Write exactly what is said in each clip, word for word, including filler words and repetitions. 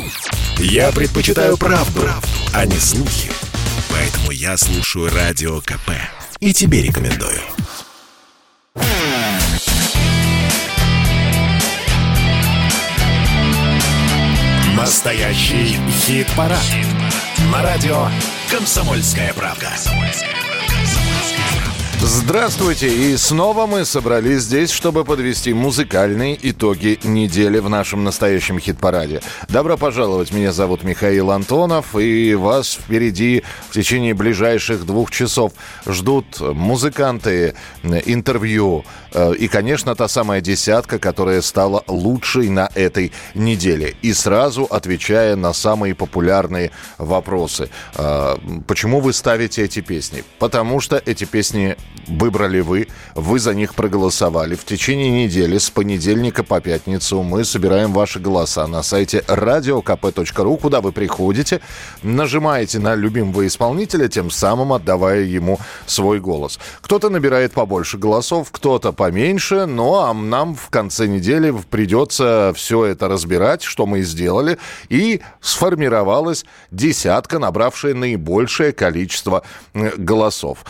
Я предпочитаю правду, правду, а не слухи. Поэтому я слушаю Радио КП. И тебе рекомендую. Настоящий хит-парад. Хит-парад. На радио «Комсомольская правда». Здравствуйте, и снова мы собрались здесь, чтобы подвести музыкальные итоги недели в нашем настоящем хит-параде. Добро пожаловать, меня зовут Михаил Антонов, и вас впереди в течение ближайших двух часов ждут музыканты, интервью и, конечно, та самая десятка, которая стала лучшей на этой неделе. И сразу отвечая на самые популярные вопросы. Почему вы ставите эти песни? Потому что эти песни выбрали вы, вы за них проголосовали. В течение недели с понедельника по пятницу мы собираем ваши голоса на сайте радио ка пэ точка ру, куда вы приходите, нажимаете на любимого исполнителя, тем самым отдавая ему свой голос. Кто-то набирает побольше голосов, кто-то поменьше, но нам в конце недели придется все это разбирать, что мы и сделали, и сформировалась десятка, набравшая наибольшее количество голосов.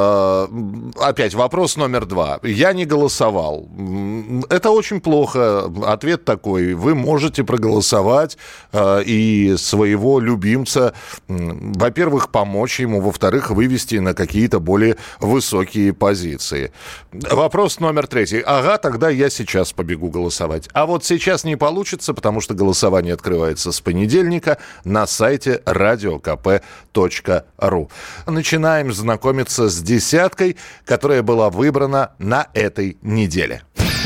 Опять вопрос номер два. Я не голосовал. Это очень плохо. Ответ такой. Вы можете проголосовать э, и своего любимца, во-первых, помочь ему, во-вторых, вывести на какие-то более высокие позиции. Вопрос номер третий. Ага, тогда я сейчас побегу голосовать. А вот сейчас не получится, потому что голосование открывается с понедельника на сайте радио ка пэ точка ру. Начинаем знакомиться с десяткой, которая была выбрана на этой неделе.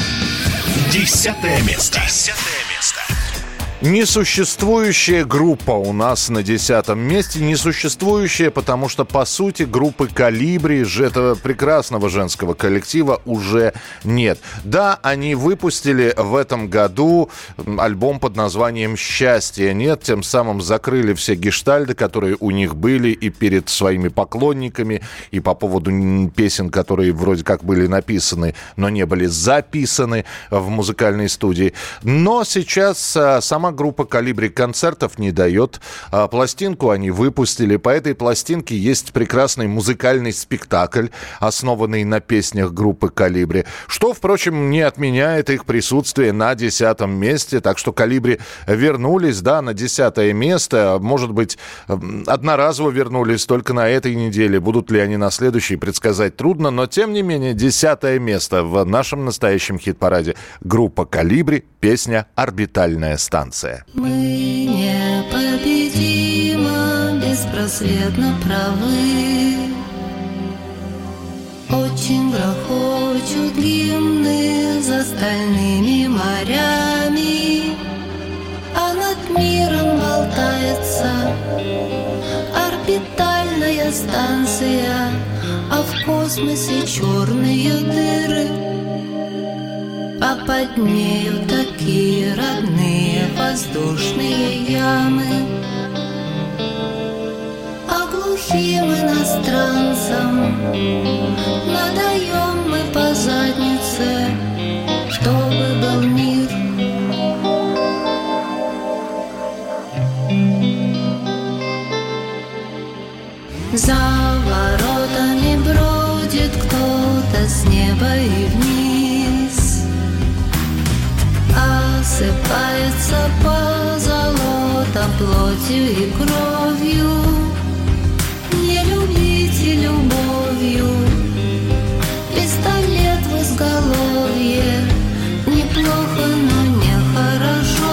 Десятое место. Десятое место. Несуществующая группа у нас на десятом месте. Несуществующая, потому что, по сути, группы «Колибри», же этого прекрасного женского коллектива, уже нет. Да, они выпустили в этом году альбом под названием «Счастья нет», тем самым закрыли все гештальты, которые у них были и перед своими поклонниками, и по поводу песен, которые вроде как были написаны, но не были записаны в музыкальной студии. Но сейчас сама группа «Колибри» концертов не дает. А, пластинку они выпустили. По этой пластинке есть прекрасный музыкальный спектакль, основанный на песнях группы «Колибри», что, впрочем, не отменяет их присутствие на десятом месте. Так что «Колибри» вернулись, да, на десятое место. Может быть, одноразово вернулись только на этой неделе. Будут ли они на следующей, предсказать трудно. Но, тем не менее, десятое место в нашем настоящем хит-параде. Группа «Колибри», песня «Орбитальная станция». Мы непобедимо, беспросветно правы. Очень грохочут гимны за стальными морями, а над миром болтается орбитальная станция, а в космосе черные дыры, а под нею такие родные воздушные ямы. А глухим иностранцам надаем мы по заднице, чтобы был мир. За воротами бродит кто-то с неба и вниз, осыпается позолота плотью и кровью. Не любите любовью пистолет в изголовье. Неплохо, но нехорошо.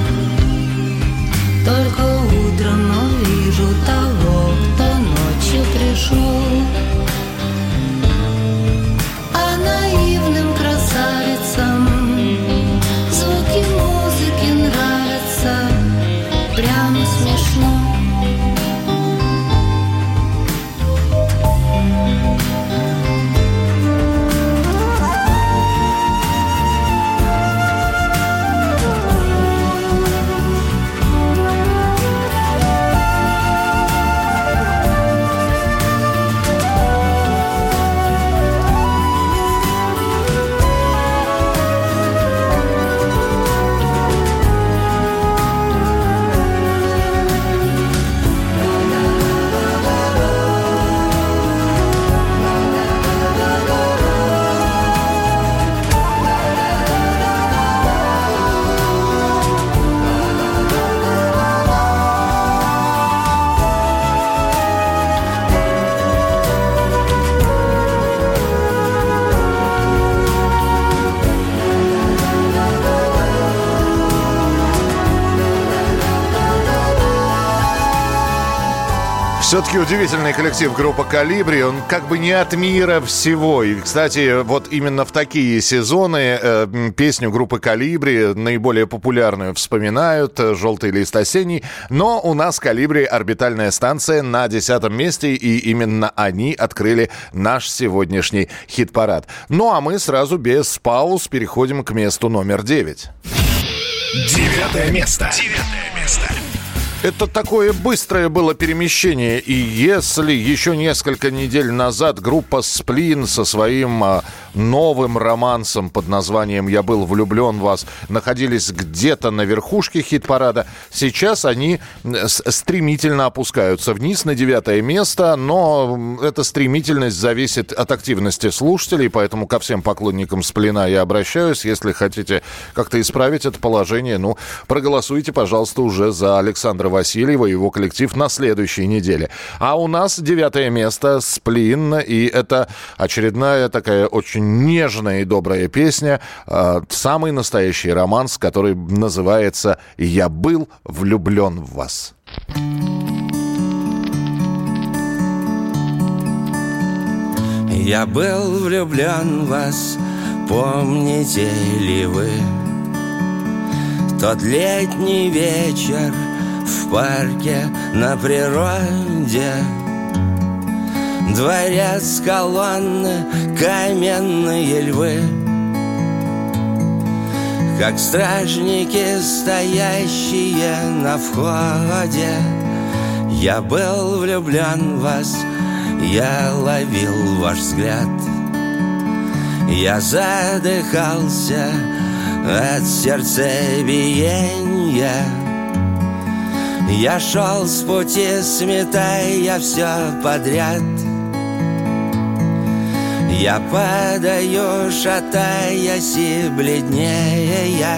Только утром увижу того, кто ночью пришел. А наивным красавицам звуки музыки нравятся, прямо смешно. Все-таки удивительный коллектив группа «Колибри». Он как бы не от мира всего. И, кстати, вот именно в такие сезоны э, песню группы «Колибри», наиболее популярную, вспоминают «Желтый лист осенний». Но у нас «Колибри» — орбитальная станция на десятом месте, и именно они открыли наш сегодняшний хит-парад. Ну а мы сразу без пауз переходим к месту номер девять. Девятое место. Девятое место. Это такое быстрое было перемещение, и если еще несколько недель назад группа «Сплин» со своим а, новым романсом под названием «Я был влюблен в вас» находились где-то на верхушке хит-парада, сейчас они стремительно опускаются вниз на девятое место, но эта стремительность зависит от активности слушателей, поэтому ко всем поклонникам «Сплина» я обращаюсь. Если хотите как-то исправить это положение, ну, проголосуйте, пожалуйста, уже за Александра Васильева и его коллектив на следующей неделе. А у нас девятое место «Сплин», и это очередная такая очень нежная и добрая песня, э, самый настоящий романс, который называется «Я был влюблен в вас». Я был влюблен в вас, помните ли вы тот летний вечер в парке на природе? Дворец, колонны, каменные львы, как стражники, стоящие на входе. Я был влюблен в вас, я ловил ваш взгляд, я задыхался от сердцебиения. Я шел с пути, сметая все подряд. Я падаю, шатаясь и бледнее.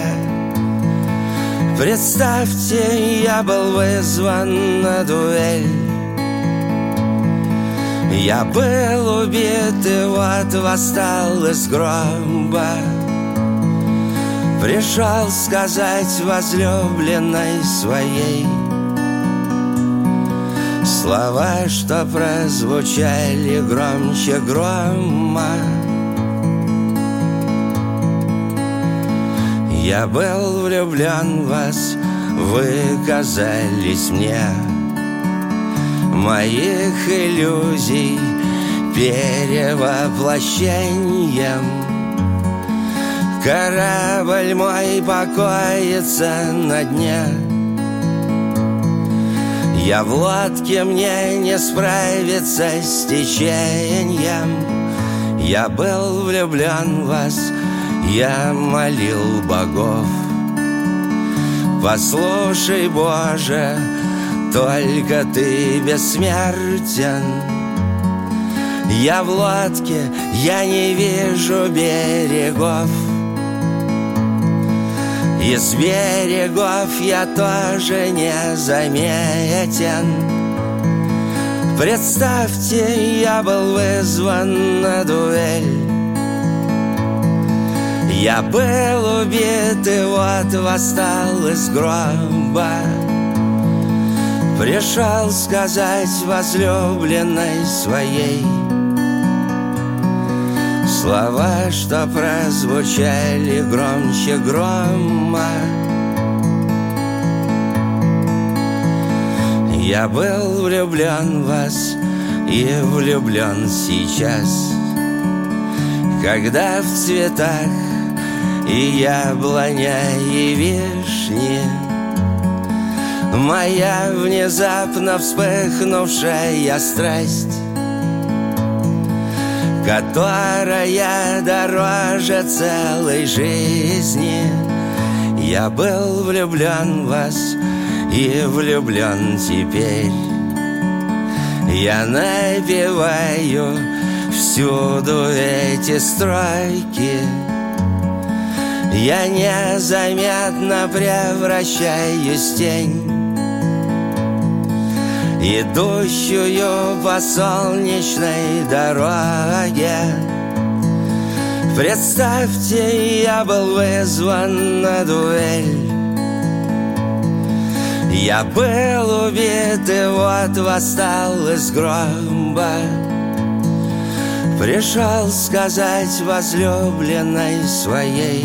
Представьте, я был вызван на дуэль. Я был убит и вот восстал из гроба. Пришел сказать возлюбленной своей слова, что прозвучали громче грома. Я был влюблен в вас, вы казались мне моих иллюзий перевоплощением. Корабль мой покоится на дне. Я в лодке, мне не справиться с течением. Я был влюблен в вас, я молил богов. Послушай, Боже, только Ты бессмертен. Я в лодке, я не вижу берегов. Из берегов я тоже не заметен. Представьте, я был вызван на дуэль. Я был убит и вот восстал из гроба. Пришел сказать возлюбленной своей слова, что прозвучали громче грома. Я был влюблен в вас и влюблен сейчас, когда в цветах и яблоня, и вишни моя внезапно вспыхнувшая страсть, которая дороже целой жизни. Я был влюблен в вас и влюблен теперь. Я напеваю всюду эти строки. Я незаметно превращаюсь в тень, идущую по солнечной дороге. Представьте, я был вызван на дуэль. Я был убит и вот восстал из гроба. Пришел сказать возлюбленной своей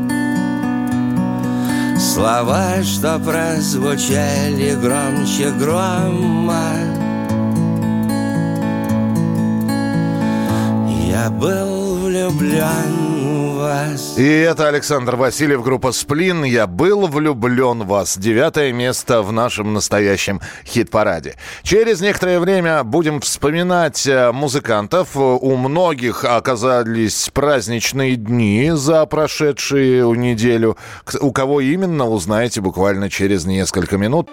слова, что прозвучали громче грома. Я был влюблен в вас. И это Александр Васильев, группа «Сплин». «Я был влюблен в вас». Девятое место в нашем настоящем хит-параде. Через некоторое время будем вспоминать музыкантов. У многих оказались праздничные дни за прошедшую неделю. У кого именно, узнаете буквально через несколько минут.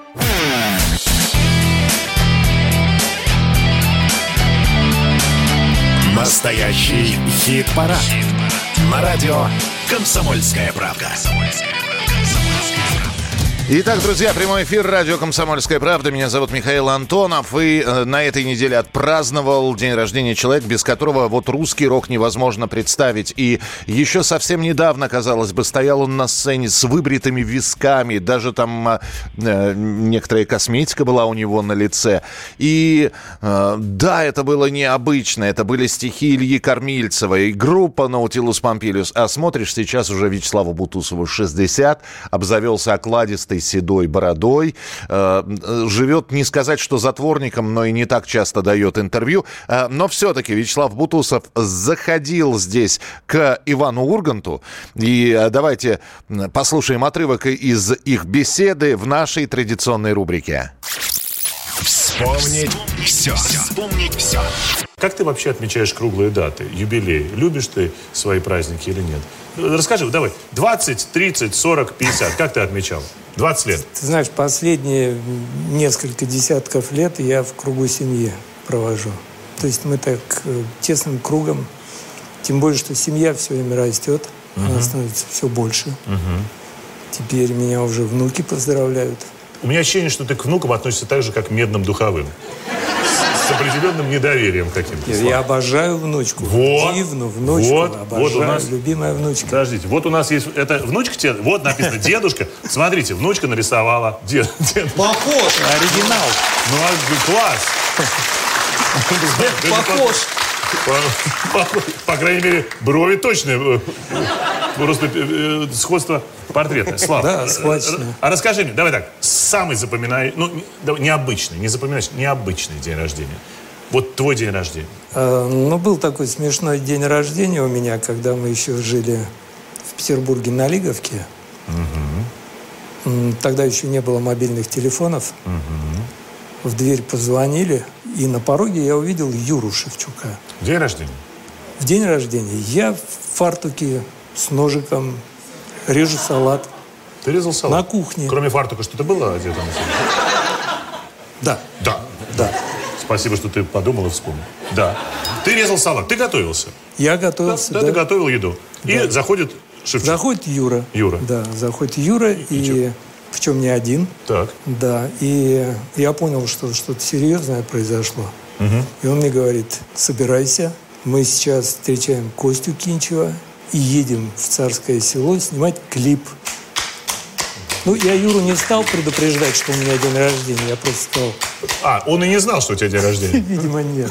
Настоящий хит-парад. На радио «Комсомольская правда». Итак, друзья, прямой эфир радио «Комсомольская правда». Меня зовут Михаил Антонов. И э, на этой неделе отпраздновал день рождения человек, без которого вот русский рок невозможно представить. И еще совсем недавно, казалось бы, стоял он на сцене с выбритыми висками. Даже там э, э, некоторая косметика была у него на лице. И э, да, это было необычно. Это были стихи Ильи Кормильцева и группа «Наутилус Помпилиус». А смотришь, сейчас уже Вячеславу Бутусову шестьдесят, обзавелся окладистой седой бородой, э, живет, не сказать, что затворником, но и не так часто дает интервью. Э, но все-таки Вячеслав Бутусов заходил здесь к Ивану Урганту. И э, давайте послушаем отрывок из их беседы в нашей традиционной рубрике. Вспомнить все. Вспомнить все. Как ты вообще отмечаешь круглые даты, юбилеи? Любишь ты свои праздники или нет? Расскажи, давай, двадцать, тридцать, сорок, пятьдесят. Как ты отмечал? двадцать лет. Ты знаешь, последние несколько десятков лет я в кругу семьи провожу. То есть мы так тесным кругом, тем более, что семья все время растет, uh-huh. она становится все больше. Uh-huh. Теперь меня уже внуки поздравляют. У меня ощущение, что ты к внукам относишься так же, как к медным духовым. С определенным недоверием каким-то. Я обожаю внучку. Вот. Дивну внучку. Вот. Обожаю. Вот у нас... Любимая внучка. Подождите, вот у нас есть... Это внучка тебе... Вот написано «дедушка». Смотрите, внучка нарисовала. Дед... Дед... Похож, оригинал. Ну, а класс. Похож. По, по, по крайней мере, брови точные. Просто э, сходство портретное. Слава. Да, схвачено. А расскажи мне, давай так, самый запоминающий, ну, необычный, не запоминающий, необычный день рождения. Вот твой день рождения. А, ну, был такой смешной день рождения у меня, когда мы еще жили в Петербурге на Лиговке. Угу. Тогда еще не было мобильных телефонов. Угу. В дверь позвонили, и на пороге я увидел Юру Шевчука. День рождения? В день рождения. Я в фартуке с ножиком режу салат. Ты резал салат? На кухне. Кроме фартука что-то было одето на салат? Да. Да. Да. Спасибо, что ты подумал и вспомнил. Да. Ты резал салат. Ты готовился? Я готовился, да. да. Ты готовил еду. Да. И заходит Шевчук. Заходит Юра. Юра. Да, заходит Юра, и, и причем не один. Так. Да, и я понял, что что-то серьезное произошло. Угу. И он мне говорит: собирайся, мы сейчас встречаем Костю Кинчева и едем в Царское Село снимать клип. Ну, я Юру не стал предупреждать, что у меня день рождения. Я просто сказал... А, он и не знал, что у тебя день рождения? Видимо, нет.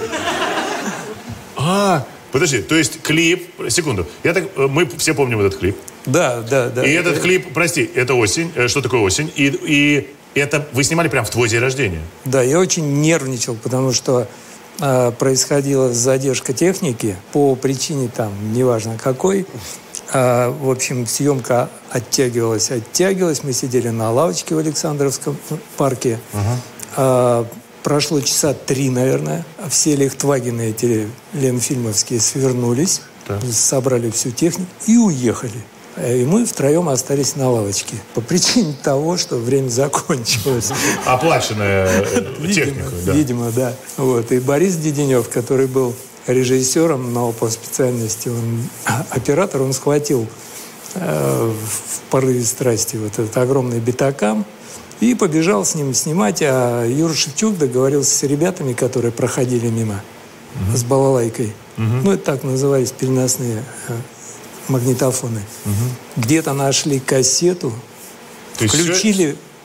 А, подожди, то есть клип... Секунду. Я так, мы все помним этот клип. Да, да, да. И этот клип, прости, это осень. Что такое осень? И, и это вы снимали прямо в твой день рождения? Да, я очень нервничал, потому что э, происходила задержка техники по причине там, неважно какой. Э, в общем, съемка оттягивалась, оттягивалась. Мы сидели на лавочке в Александровском парке. Uh-huh. Э, прошло часа три, наверное. Все лихтвагены эти ленфильмовские свернулись, uh-huh. собрали всю технику и уехали. И мы втроем остались на лавочке. По причине того, что время закончилось. Оплаченная техника. Да. Видимо, да. Вот. И Борис Деденев, который был режиссером, но по специальности он оператор, он схватил э, в порыве страсти вот этот огромный бетакам и побежал с ним снимать. А Юра Шевчук договорился с ребятами, которые проходили мимо, угу. с балалайкой. Угу. Ну, это так назывались переносные магнитофоны. Угу. Где-то нашли кассету, То включили,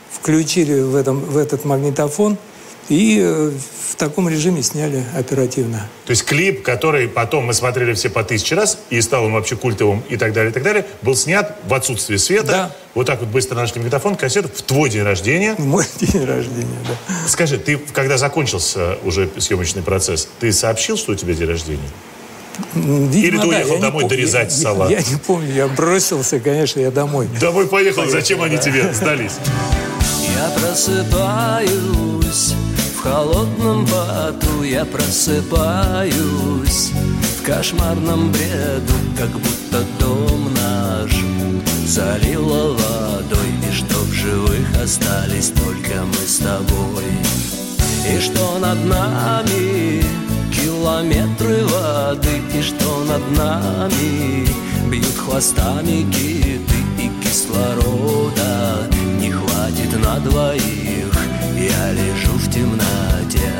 включили в, этом, в этот магнитофон и в таком режиме сняли оперативно. То есть клип, который потом мы смотрели все по тысяче раз, и стал он вообще культовым и так далее, и так далее, был снят в отсутствии света. Да. Вот так вот быстро нашли магнитофон, кассету в твой день рождения. В мой день рождения, да. Скажи, ты, когда закончился уже съемочный процесс, ты сообщил, что у тебя день рождения? Видимо, Или ты да, уехал домой помню, дорезать я, салат? Я, я не помню, я бросился, конечно, я домой. Домой поехал, Поехал, зачем они да. тебе сдались? Я просыпаюсь в холодном поту, я просыпаюсь в кошмарном бреду, как будто дом наш залило водой, и что в живых остались только мы с тобой, и что над нами километры воды, и что над нами бьют хвостами киты, и кислорода не хватит на двоих. Я лежу в темноте,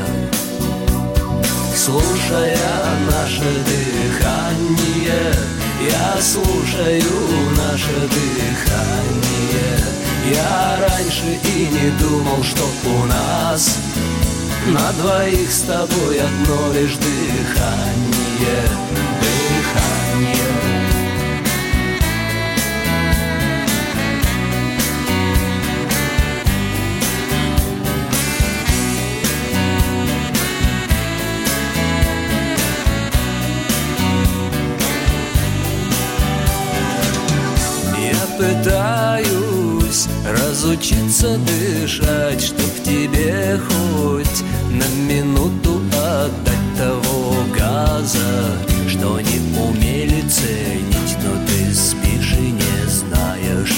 слушая наше дыхание. Я слушаю наше дыхание. Я раньше и не думал, что у нас на двоих с тобой одно лишь дыхание. Дыхание. Пытаюсь разучиться дышать, чтоб тебе хоть на минуту отдать того газа, что не умели ценить, но ты спишь и не знаешь,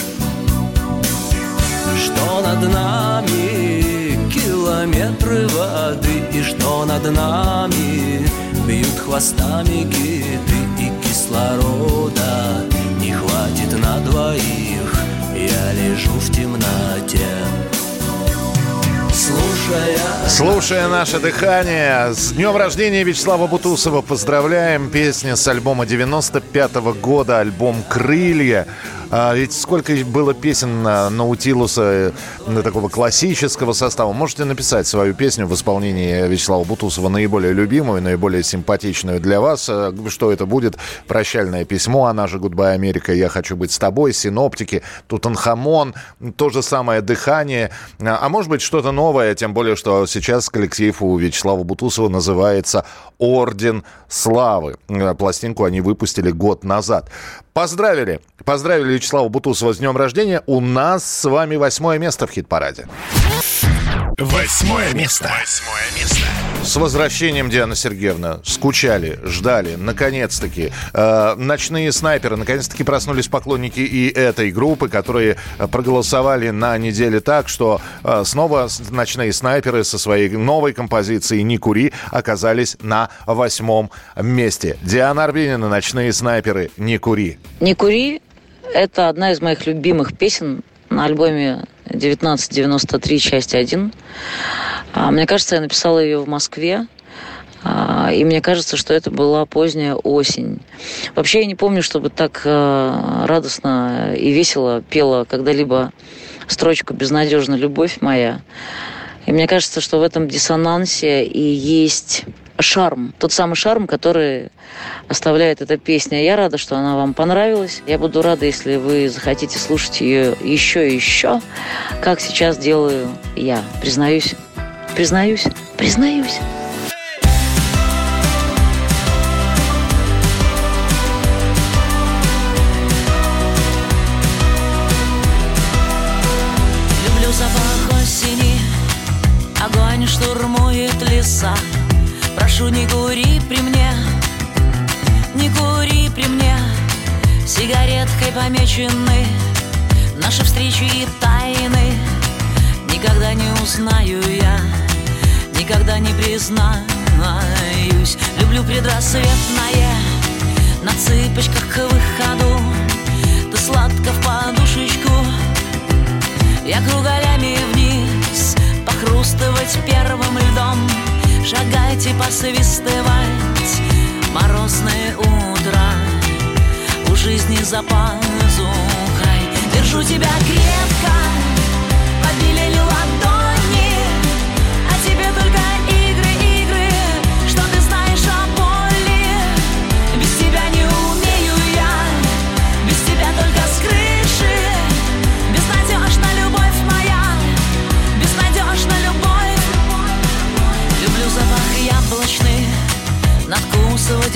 что над нами километры воды, и что над нами бьют хвостами киты, и кислорода не хватит на двоих. Я лежу в темноте, слушая... Слушая наше дыхание. С днем рождения Вячеслава Бутусова поздравляем. Песня с альбома девяносто пятого года, альбом «Крылья». А ведь сколько было песен Наутилуса, такого классического состава. Можете написать свою песню в исполнении Вячеслава Бутусова, наиболее любимую, наиболее симпатичную для вас. Что это будет? «Прощальное письмо», она же «Гудбай, Америка», «Я хочу быть с тобой», «Синоптики», «Тутанхамон», то же самое «Дыхание». А может быть что-то новое, тем более, что сейчас коллектив у Вячеслава Бутусова называется «Орден славы». Пластинку они выпустили год назад. Поздравили. Поздравили Вячеслава Бутусова с днем рождения. У нас с вами восьмое место в хит-параде. Восьмое место. Восьмое место. С возвращением, Диана Сергеевна. Скучали, ждали. Наконец-таки. Э, ночные снайперы. Наконец-таки проснулись поклонники и этой группы, которые проголосовали на неделе так, что э, снова ночные снайперы со своей новой композицией «Не кури» оказались на восьмом месте. Диана Арбенина, «Ночные снайперы», «Не кури». «Не кури» — это одна из моих любимых песен на альбоме девятнадцать девяносто три, часть один. Мне кажется, я написала ее в Москве. И мне кажется, что это была поздняя осень. Вообще, я не помню, чтобы так радостно и весело пела когда-либо строчку «Безнадежна любовь моя». И мне кажется, что в этом диссонансе и есть шарм. Тот самый шарм, который оставляет эта песня. Я рада, что она вам понравилась. Я буду рада, если вы захотите слушать ее еще и еще, как сейчас делаю я. Признаюсь, признаюсь, признаюсь. Люблю запах осени, огонь штурмует леса. Прошу, не кури при мне, не кури при мне. Сигареткой помечены наши встречи и тайны. Никогда не узнаю я, никогда не признаюсь. Люблю предрассветное, на цыпочках к выходу. Ты сладко в подушечку, я кругалями вниз, похрустывать первым льдом. Шагайте, посвистывать, морозное утро, у жизни за пазухой. Держу тебя крепко, побелели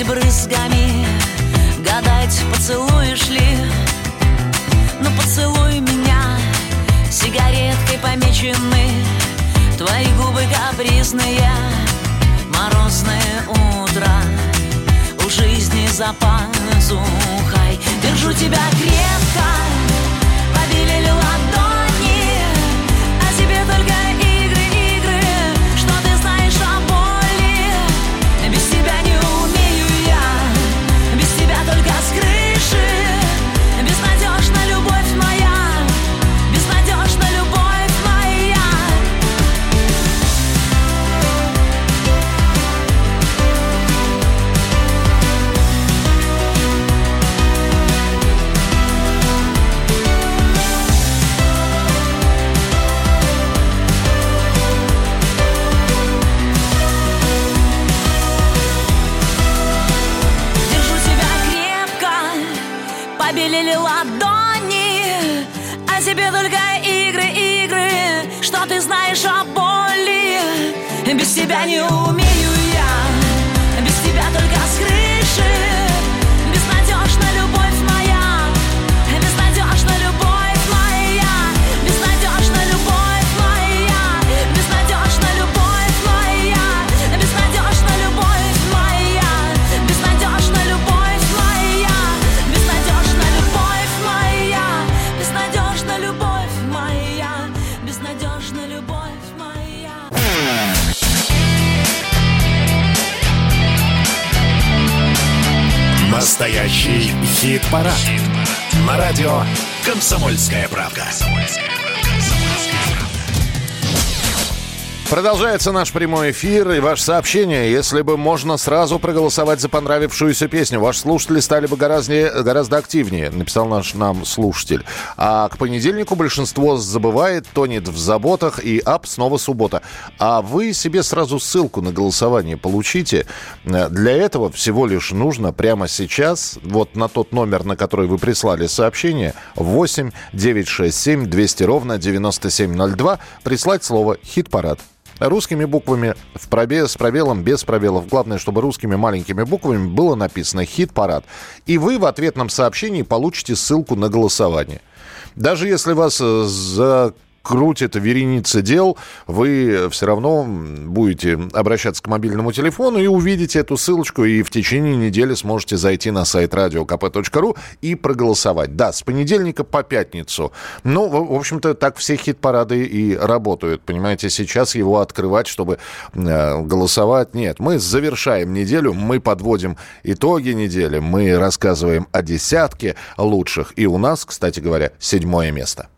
брызгами гадать, поцелуешь ли. Ну поцелуй меня, сигареткой помечены твои губы капризные. Морозное утро, у жизни за пазухой. Держу тебя крепко, побелели ладони, а тебе только игры, игры. Что ты знаешь о боли? Без тебя не умею я, без тебя только с крыши. Безнадежна любовь моя, безнадежна любовь моя. Побелели ладони, а тебе только игры, игры. Что ты знаешь о боли? Без тебя не умею я, без тебя только с крыши. Безнадежна любовь моя, безнадежна любовь моя, безнадежна любовь моя, безнадежна любовь моя, безнадежна любовь моя, безнадежна любовь моя, безнадежна любовь моя, безнадежна любовь моя, безнадежна любовь моя. Настоящий хит-парад. Хит-парад. На радио «Комсомольская правда». Продолжается наш прямой эфир и ваше сообщение. Если бы можно сразу проголосовать за понравившуюся песню, ваши слушатели стали бы гораздо, гораздо активнее, написал наш нам слушатель. А к понедельнику большинство забывает, тонет в заботах, и ап, снова суббота. А вы себе сразу ссылку на голосование получите. Для этого всего лишь нужно прямо сейчас, вот на тот номер, на который вы прислали сообщение, восемь девятьсот шестьдесят семь двести ровно девяносто семь ноль два, прислать слово «Хит-парад». Русскими буквами, в пробел, с пробелом, без пробелов. Главное, чтобы русскими маленькими буквами было написано «Хит-парад». И вы в ответном сообщении получите ссылку на голосование. Даже если вас за... крутит вереница дел, вы все равно будете обращаться к мобильному телефону и увидите эту ссылочку, и в течение недели сможете зайти на сайт радио ка пэ точка ру и проголосовать. Да, с понедельника по пятницу. Ну, в общем-то, так все хит-парады и работают. Понимаете, сейчас его открывать, чтобы э, голосовать. Нет, мы завершаем неделю, мы подводим итоги недели, мы рассказываем о десятке лучших. И у нас, кстати говоря, седьмое место.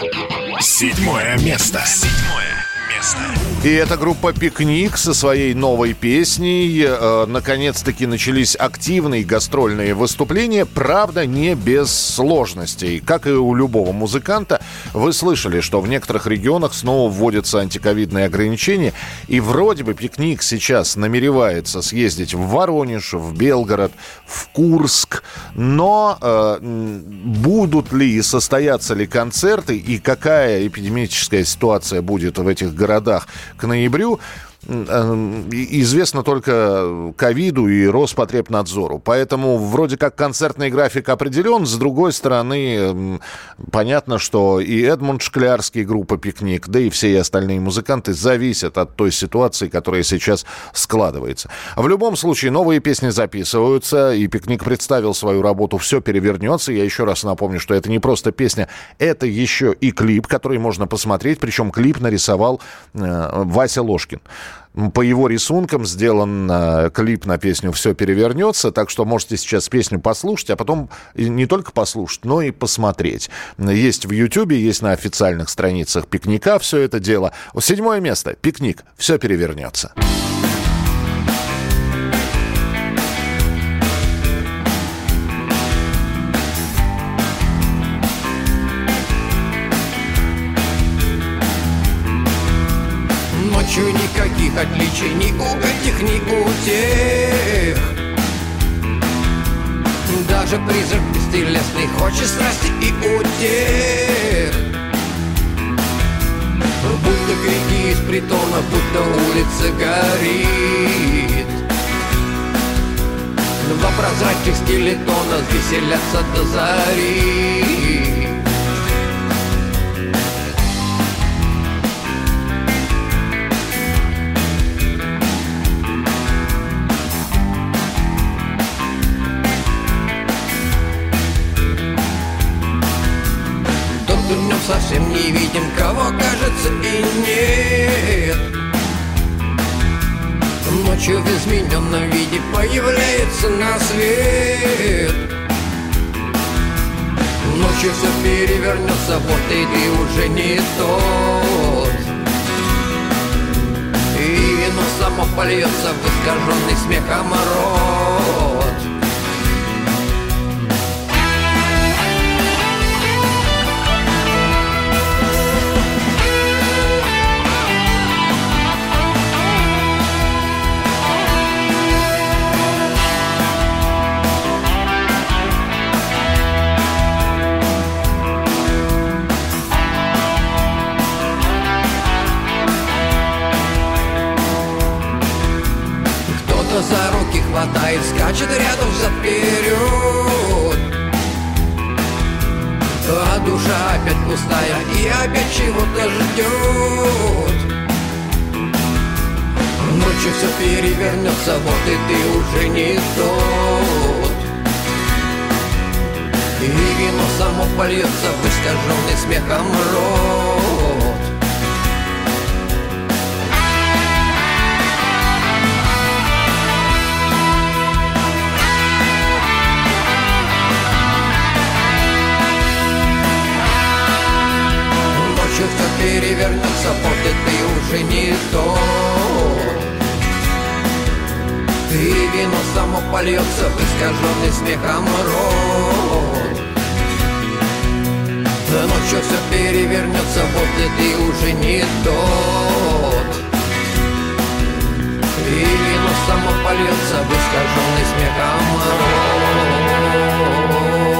Седьмое место. Седьмое место. И эта группа «Пикник» со своей новой песней. Э, наконец-таки начались активные гастрольные выступления. Правда, не без сложностей. Как и у любого музыканта, вы слышали, что в некоторых регионах снова вводятся антиковидные ограничения. И вроде бы «Пикник» сейчас намеревается съездить в Воронеж, в Белгород, в Курск. Но э, будут ли и состоятся ли концерты, и какая эпидемическая ситуация будет в этих городах к ноябрю, известно только ковиду и Роспотребнадзору. Поэтому вроде как концертный график определен. С другой стороны, понятно, что и Эдмунд Шклярский, группа «Пикник», да и все остальные музыканты зависят от той ситуации, которая сейчас складывается. В любом случае, новые песни записываются, и «Пикник» представил свою работу «Все перевернется». Я еще раз напомню, что это не просто песня, это еще и клип, который можно посмотреть. Причем клип нарисовал э, Вася Ложкин. По его рисункам сделан э, клип на песню «Все перевернется», так что можете сейчас песню послушать, а потом не только послушать, но и посмотреть. Есть в Ютьюбе, есть на официальных страницах «Пикника» все это дело. Седьмое место. «Пикник. Все перевернется». Никаких отличий ни у этих, ни у тех. Даже призрак бестелесный хочет страсти и утех. Будто крики из притона, будто улица горит. Два прозрачных скелетона веселятся до зари. Тот днем совсем не видим, кого кажется и нет. Ночью в измененном виде появляется на свет. Ночью все перевернется, вот и ты уже не тот. И вино само польется в искаженный смехом рот. За руки хватает, скачет рядом взад-вперед. А душа опять пустая и опять чего-то ждет. Ночью все перевернется, вот и ты уже не тот. И вино само польется в искаженный смехом рот. Все перевернется, вот и ты уже не тот. И вино само польется в искаженный смехом рот. Ночью все перевернется, вот и ты уже не тот. И вино само польется в искаженный смехом рот.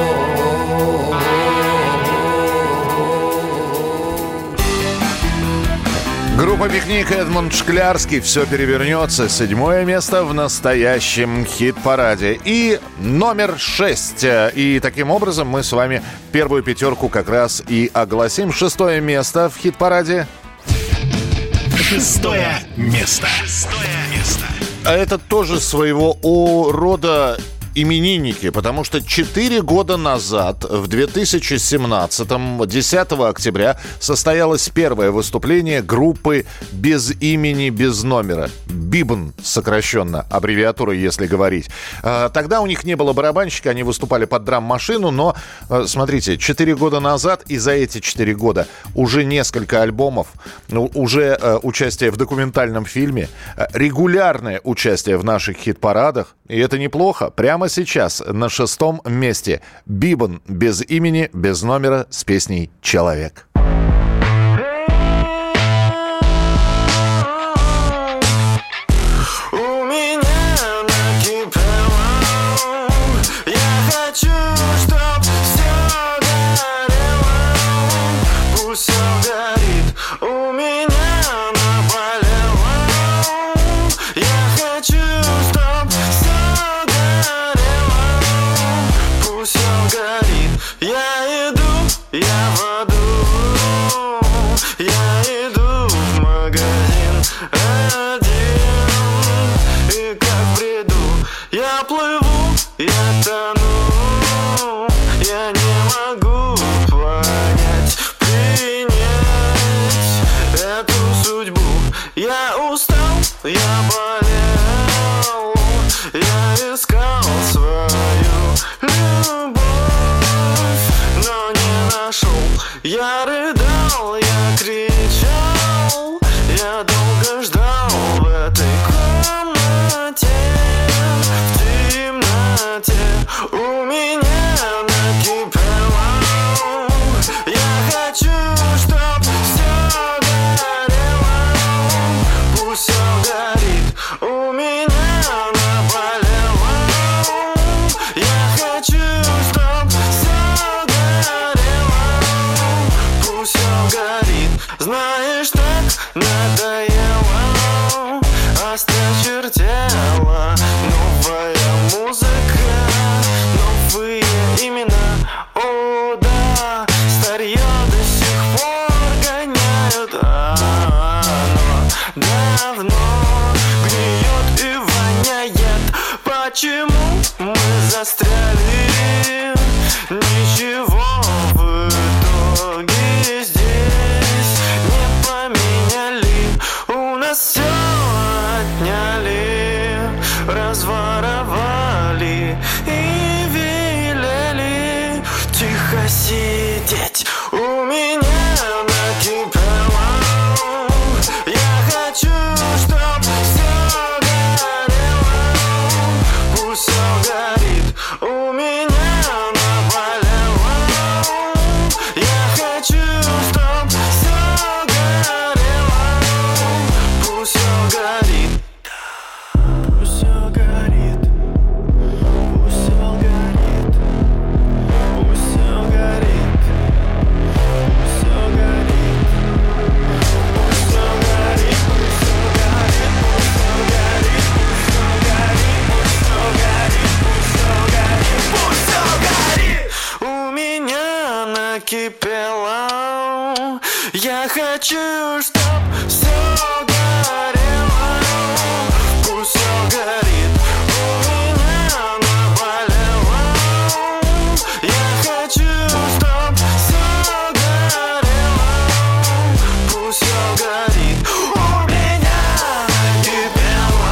Группа «Пикник», Эдмунд Шклярский, «Все перевернется». Седьмое место в настоящем хит-параде. И номер шесть. И таким образом мы с вами первую пятерку как раз и огласим. Шестое место в хит-параде. Шестое место. Шестое место. А это тоже своего рода именинники, потому что четыре года назад, в две тысячи семнадцатом, десятого октября, состоялось первое выступление группы без имени, без номера. Бибн, сокращенно, аббревиатура, если говорить. Тогда у них не было барабанщика, они выступали под драм-машину, но, смотрите, четыре года назад, и за эти четыре года уже несколько альбомов, уже участие в документальном фильме, регулярное участие в наших хит-парадах, и это неплохо. Прямо сейчас на шестом месте Бибн без имени, без номера с песней «Человек». Я рыдал, я кричал, я долго ждал в этой комнате, в темноте у меня накипело. Я хочу, чтоб все горело, пусть все горит, у меня наболело. Я хочу, чтоб все горело, пусть все давно гниет и воняет. Почему мы застряли? Ничего в итоге здесь не поменяли. У нас все отняли, разворовали и велели тихо сидеть. У меня накипело, я хочу, чтоб все горело, пусть все горит. У меня наболело, я хочу, чтоб все горело, пусть все горит. Пусть все горит, пусть все горит, пусть все горит, пусть все горит, пусть все горит, пусть все горит, пусть все горит, пусть все горит, пусть все горит, пусть все горит. У меня накипело, я хочу, чтоб все горело, пусть все горит. У меня наболело, я хочу, чтоб все горело, пусть все горит. У меня накипело,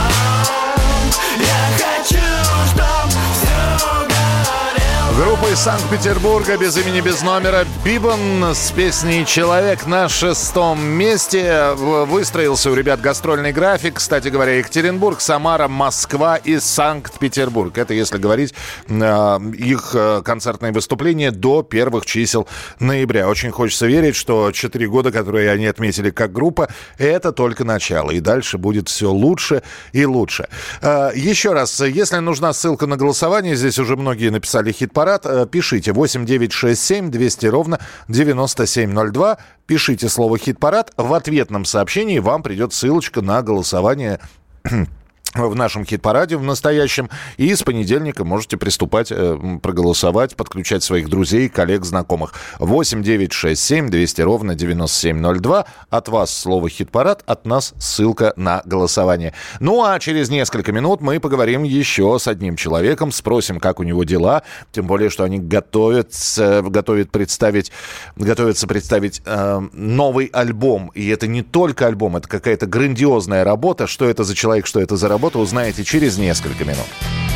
я хочу, чтоб все горело. Группа из Санкт-Петербурга без имени, без номера «Бибан» с песней «Человек» на шестом месте. Выстроился у ребят гастрольный график. Кстати говоря, Екатеринбург, Самара, Москва и Санкт-Петербург. Это если говорить э, их э, концертные выступления до первых чисел ноября. Очень хочется верить, что четыре года, которые они отметили как группа, это только начало. И дальше будет все лучше и лучше. Э, еще раз, если нужна ссылка на голосование, здесь уже многие написали хит-парад, э, пишите восемь девятьсот шестьдесят семь двести ровно девяносто семь ноль два. Пишите слово «хит-парад». В ответном сообщении вам придет ссылочка на голосование в нашем хит-параде в настоящем. И с понедельника можете приступать, э, проголосовать, подключать своих друзей, коллег, знакомых. восемь девятьсот шестьдесят семь двести ровно девяносто семь ноль два. От вас слово «хит-парад», от нас ссылка на голосование. Ну а через несколько минут мы поговорим еще с одним человеком, спросим, как у него дела. Тем более, что они готовятся, готовят представить, готовятся представить э, новый альбом. И это не только альбом, это какая-то грандиозная работа. Что это за человек, что это за работа, узнаете через несколько минут.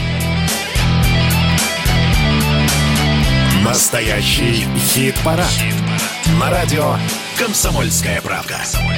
Настоящий хит-парад. Хит-парад. На радио «Комсомольская правда».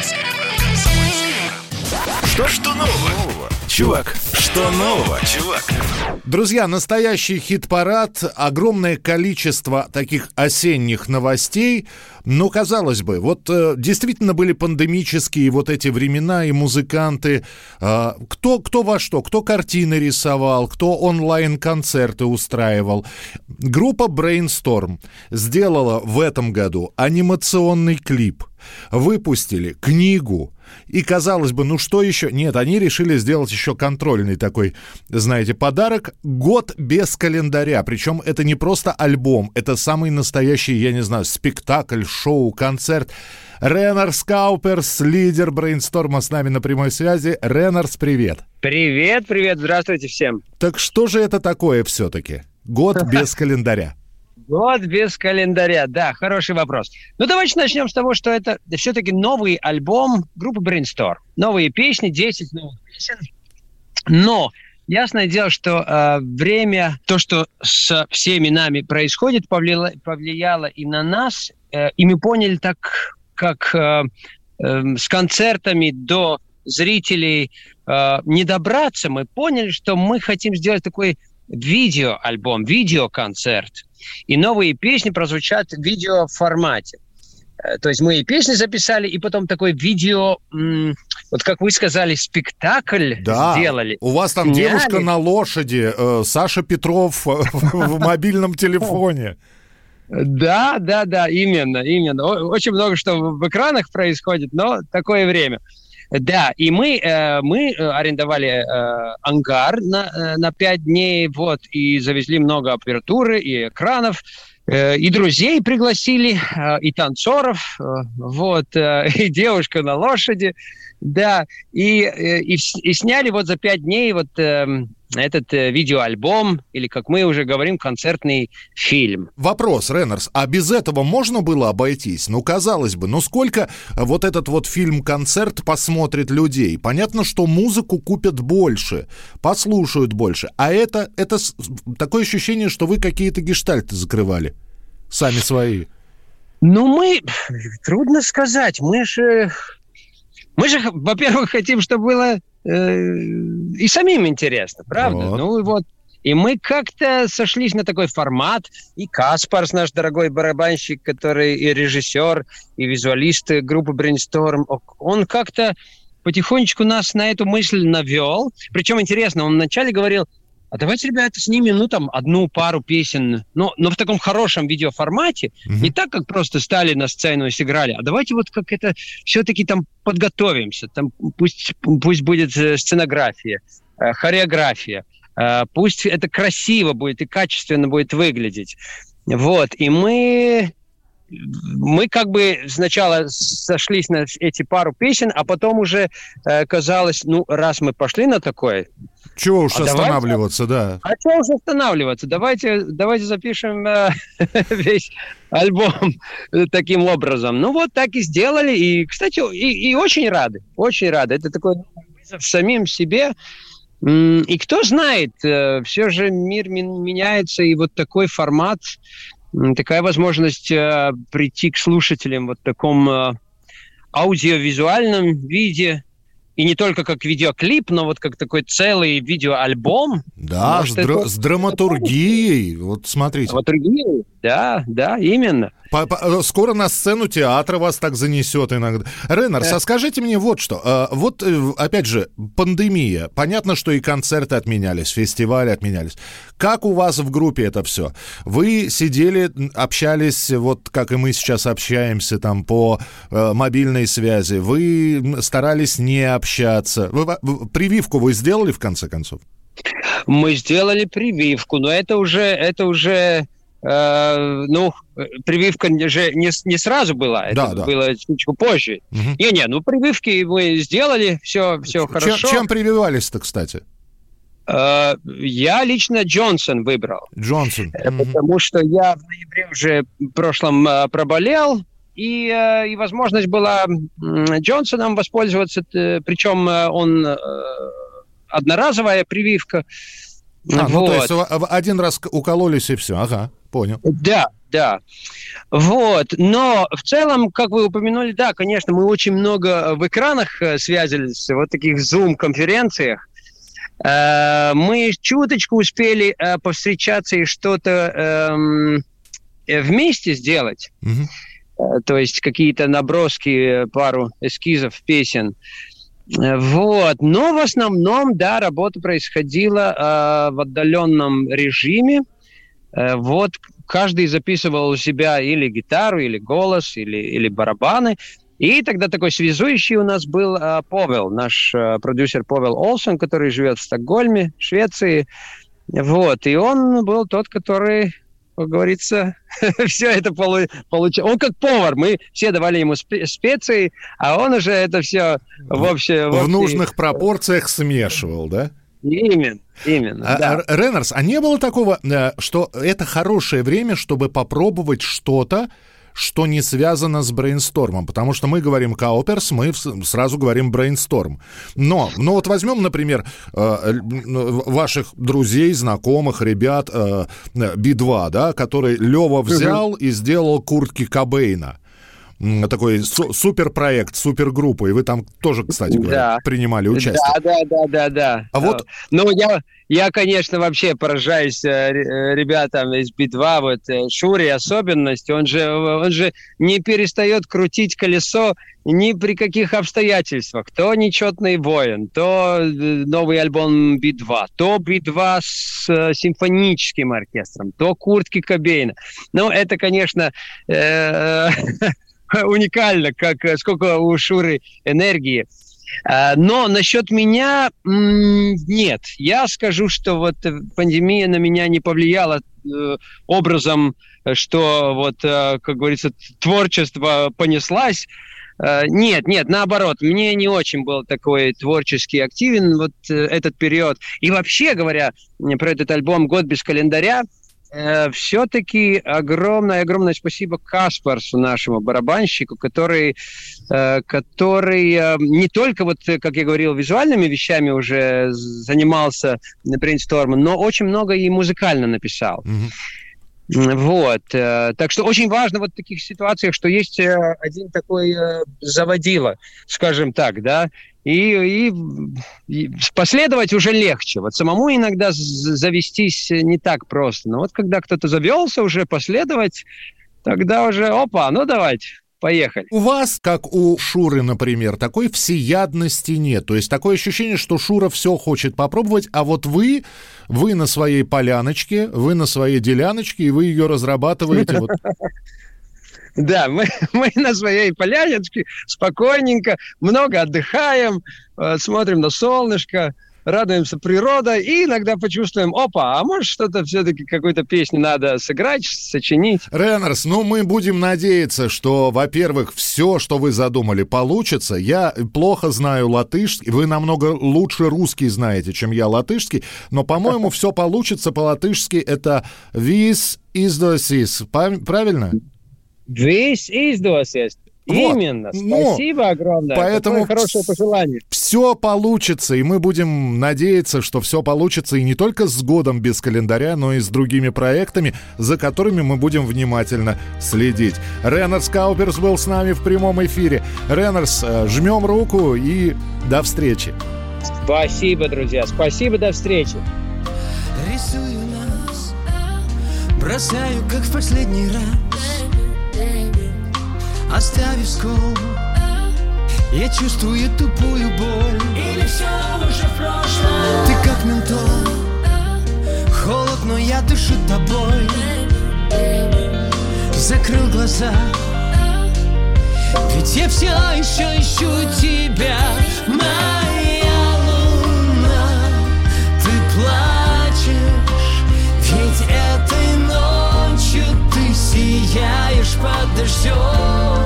Что, что нового, чувак? Что нового, чувак? Друзья, настоящий хит-парад, огромное количество таких осенних новостей. Ну, казалось бы, вот э, действительно были пандемические вот эти времена, и музыканты, э, кто, кто во что, кто картины рисовал, кто онлайн-концерты устраивал. Группа Brainstorm сделала в этом году анимационный клип, выпустили книгу. И, казалось бы, ну что еще? Нет, они решили сделать еще контрольный такой, знаете, подарок. Год без календаря. Причем это не просто альбом, это самый настоящий, я не знаю, спектакль, шоу, концерт. Ренарс Кауперс, лидер Брейнсторма, с нами на прямой связи. Ренарс, привет. Привет, привет, здравствуйте всем. Так что же это такое все-таки? Год без календаря. Год без календаря, да, хороший вопрос. Ну, давайте начнем с того, что это все-таки новый альбом группы Brainstorm. Новые песни, десять новых песен. Но ясное дело, что э, время, то, что с всеми нами происходит, повлияло, повлияло и на нас. Э, и мы поняли, так как э, э, с концертами до зрителей э, не добраться, мы поняли, что мы хотим сделать такой видеоальбом, видеоконцерт. И новые песни прозвучат в видеоформате. То есть мы и песни записали, и потом такой видео, вот как вы сказали, спектакль да, сделали. У вас там Сняли. Девушка на лошади, э, Саша Петров в мобильном телефоне. Да, да, да, именно, именно. Очень много что в экранах происходит, но такое время. Да, и мы, э, мы арендовали э, ангар на, на пять дней, вот, и завезли много аппаратуры и экранов, э, и друзей пригласили, э, и танцоров, э, вот, э, и девушку на лошади, да, и, э, и, и сняли вот за пять дней вот э, этот э, видеоальбом, или, как мы уже говорим, концертный фильм. Вопрос, Реннерс, а без этого можно было обойтись? Ну, казалось бы, ну сколько вот этот вот фильм-концерт посмотрит людей? Понятно, что музыку купят больше, послушают больше, а это, это такое ощущение, что вы какие-то гештальты закрывали, сами свои. Ну, мы... Трудно сказать, мы же... Мы же, во-первых, хотим, чтобы было э, и самим интересно, правда? Вот. Ну и вот, и мы как-то сошлись на такой формат, и Каспарс, наш дорогой барабанщик, который и режиссер, и визуалист группы Brainstorm, он как-то потихонечку нас на эту мысль навел. Причем интересно, он вначале говорил: а давайте, ребята, снимем, ну, там, одну пару песен, но, но в таком хорошем видеоформате, mm-hmm. не так, как просто стали на сцену и сыграли, а давайте вот как это все-таки там подготовимся, там пусть, пусть будет сценография, э, хореография, э, пусть это красиво будет и качественно будет выглядеть. Вот, и мы... Мы как бы сначала сошлись на эти пару песен, а потом уже э, казалось, ну, раз мы пошли на такое... Чего уж а останавливаться, давайте, да. А чего уж останавливаться? Давайте, давайте запишем э, весь альбом таким образом. Ну, вот так и сделали. И, кстати, и, и очень рады. Очень рады. Это такой вызов самим себе. И кто знает, э, все же мир меняется, и вот такой формат... Такая возможность э, прийти к слушателям вот в таком э, аудиовизуальном виде, и не только как видеоклип, но вот как такой целый видеоальбом. Да, Может, с, дра- это... с драматургией, вот смотрите. Драматургией, да, да, именно. Скоро на сцену театра вас так занесет иногда. Реннерс, а скажите мне вот что. Вот, опять же, пандемия. Понятно, что и концерты отменялись, фестивали отменялись. Как у вас в группе это все? Вы сидели, общались, вот как и мы сейчас общаемся, там, по э, мобильной связи. Вы старались не общаться. Вы, прививку вы сделали, в конце концов? Мы сделали прививку, но это уже... Это уже... Uh, ну, прививка же не, не сразу была, это да, да. было чуть позже. Uh-huh. Не-не, ну прививки мы сделали, все, все Ч- хорошо. Чем прививались-то, кстати? Uh, я лично Джонсон выбрал. Джонсон. Uh-huh. Потому что я в ноябре уже в прошлом uh, проболел, и, uh, и возможность была uh, Джонсоном воспользоваться, причем uh, он uh, одноразовая прививка. А, вот. Ну, то есть один раз укололись и все, ага, понял. Да, да. Вот, но в целом, как вы упомянули, да, конечно, мы очень много в экранах связывались, вот таких Zoom-конференциях. Мы чуточку успели повстречаться и что-то вместе сделать. Угу. То есть какие-то наброски, пару эскизов песен. Вот, но в основном, да, работа происходила э, в отдаленном режиме. Э, вот каждый записывал у себя или гитару, или голос, или, или барабаны. И тогда такой связующий у нас был э, Павел, наш э, продюсер Павел Олсен, который живет в Стокгольме, Швеции. Вот, и он был тот, который... как говорится, все это полу- получил. Он как повар, мы все давали ему спе- специи, а он уже это все в общем... В, в нужных пропорциях смешивал, да? Именно, именно, а, да. Реннерс, а не было такого, что это хорошее время, чтобы попробовать что-то, что не связано с брейнстормом, потому что мы говорим Кауперс, мы сразу говорим брейнсторм. Но, ну вот возьмем, например, ваших друзей, знакомых, ребят би два, да, который Лева взял и сделал куртки Кобейна. Такой су- суперпроект, супергруппа, и вы там тоже, кстати говоря, да. принимали участие. Да, да, да, да, да. А вот... Ну, я, я, конечно, вообще поражаюсь ребятам из би два, вот Шуре особенность, он же, он же не перестает крутить колесо ни при каких обстоятельствах. То «Нечетный воин», то новый альбом би два, то би два с симфоническим оркестром, то куртки Кобейна. Ну, это, конечно... уникально, как сколько у Шуры энергии. Но насчет меня нет. Я скажу, что вот пандемия на меня не повлияла образом, что вот, как говорится, творчество понеслась. Нет, нет, наоборот, мне не очень был такой творчески активен вот этот период. И вообще говоря про этот альбом «Год без календаря», все-таки огромное-огромное спасибо Каспарсу, нашему барабанщику, который, который не только, вот, как я говорил, визуальными вещами уже занимался брейнстормом, но очень много и музыкально написал. Mm-hmm. Вот. Так что очень важно вот в таких ситуациях, что есть один такой заводила, скажем так, да, И, и, и последовать уже легче. Вот самому иногда завестись не так просто. Но вот когда кто-то завелся уже, последовать, тогда уже, опа, ну давайте, поехали. У вас, как у Шуры, например, такой всеядности нет. То есть такое ощущение, что Шура все хочет попробовать, а вот вы, вы на своей поляночке, вы на своей деляночке, и вы ее разрабатываете вот... Да, мы, мы на своей поляночке спокойненько, много отдыхаем, э, смотрим на солнышко, радуемся природой и иногда почувствуем, опа, а может что-то все-таки, какую-то песню надо сыграть, сочинить. Реннерс, ну мы будем надеяться, что, во-первых, все, что вы задумали, получится. Я плохо знаю латышский, вы намного лучше русский знаете, чем я латышский, но, по-моему, все получится по-латышски. Это «Вис издосис», правильно? Весь издосис. Вот. Именно. Спасибо ну, огромное. Поэтому Какое хорошее пожелание. Все получится, и мы будем надеяться, что все получится и не только с «Годом без календаря», но и с другими проектами, за которыми мы будем внимательно следить. Реннерс Кауперс был с нами в прямом эфире. Реннерс, жмем руку и до встречи. Спасибо, друзья. Спасибо, до встречи. Рисую нас, бросаю, как в последний раз. Оставив скол, я чувствую тупую боль. Или все уже в прошлом. Ты как ментол, холод, но я дышу тобой. Закрыл глаза, ведь я все еще ищу тебя. Моя луна, ты плачешь, ведь этой ночью ты сияешь под дождем.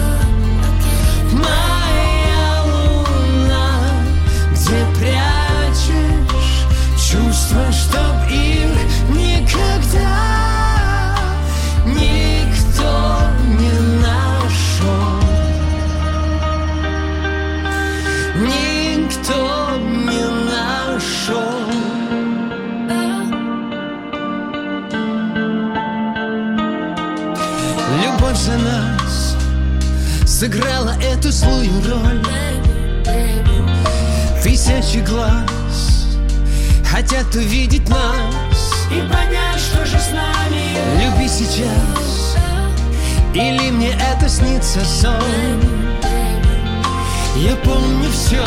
Моя луна, где прячешь чувства, чтоб их никогда никто не нашел. Никто не нашел. Любовь за нас сыграла эту свою роль. Тысячи глаз хотят увидеть нас и понять, что же с нами. Люби сейчас, или мне это снится сон. Я помню все,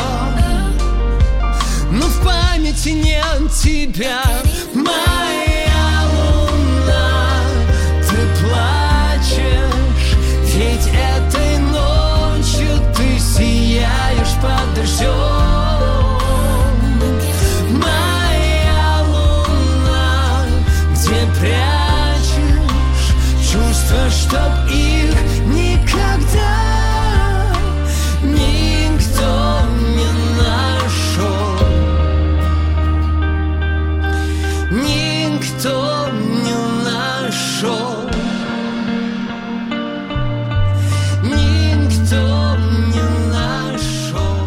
но в памяти нет тебя. Моя луна, ты плачешь, ведь этой ночью ты сияешь под дождем. Моя луна, где прячешь чувства, чтоб их никогда никто не нашел. Никто не нашел. Никто не нашел.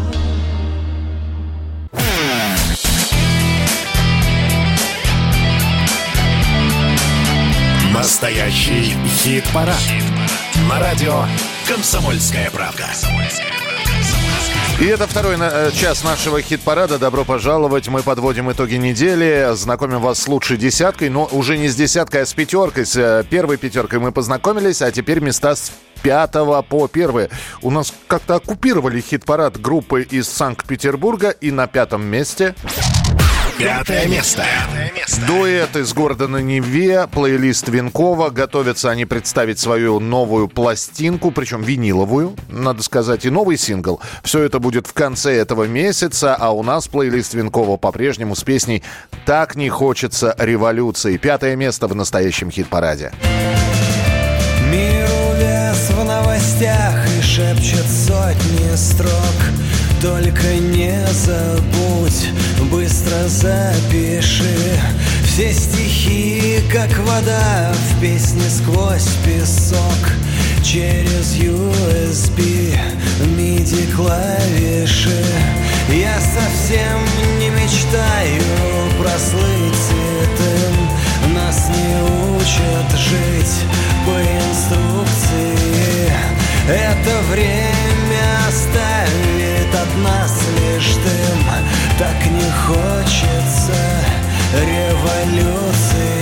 Настоящий хит-парад. Хит-парад. На радио «Комсомольская правда». И это второй на, час нашего хит-парада. Добро пожаловать. Мы подводим итоги недели. Знакомим вас с лучшей десяткой. Но уже не с десяткой, а с пятеркой. С первой пятеркой мы познакомились. А теперь места с пятого по первое. У нас как-то оккупировали хит-парад группы из Санкт-Петербурга. И на пятом месте... Пятое место. Дуэт из города на Неве, плейлист Венкова. Готовятся они представить свою новую пластинку, причем виниловую, надо сказать, и новый сингл. Все это будет в конце этого месяца, а у нас плейлист Венкова по-прежнему с песней «Так не хочется революции». Пятое место в настоящем хит-параде. Мир увяз в новостях и шепчет сотни строк. Только не забудь, быстро запиши все стихи, как вода в песне сквозь песок. Через ю эс би миди клавиши. Я совсем не мечтаю прослыть святым. Нас не учат жить по инструкции. Это время оставит от нас лишь дым. Так не хочется революции.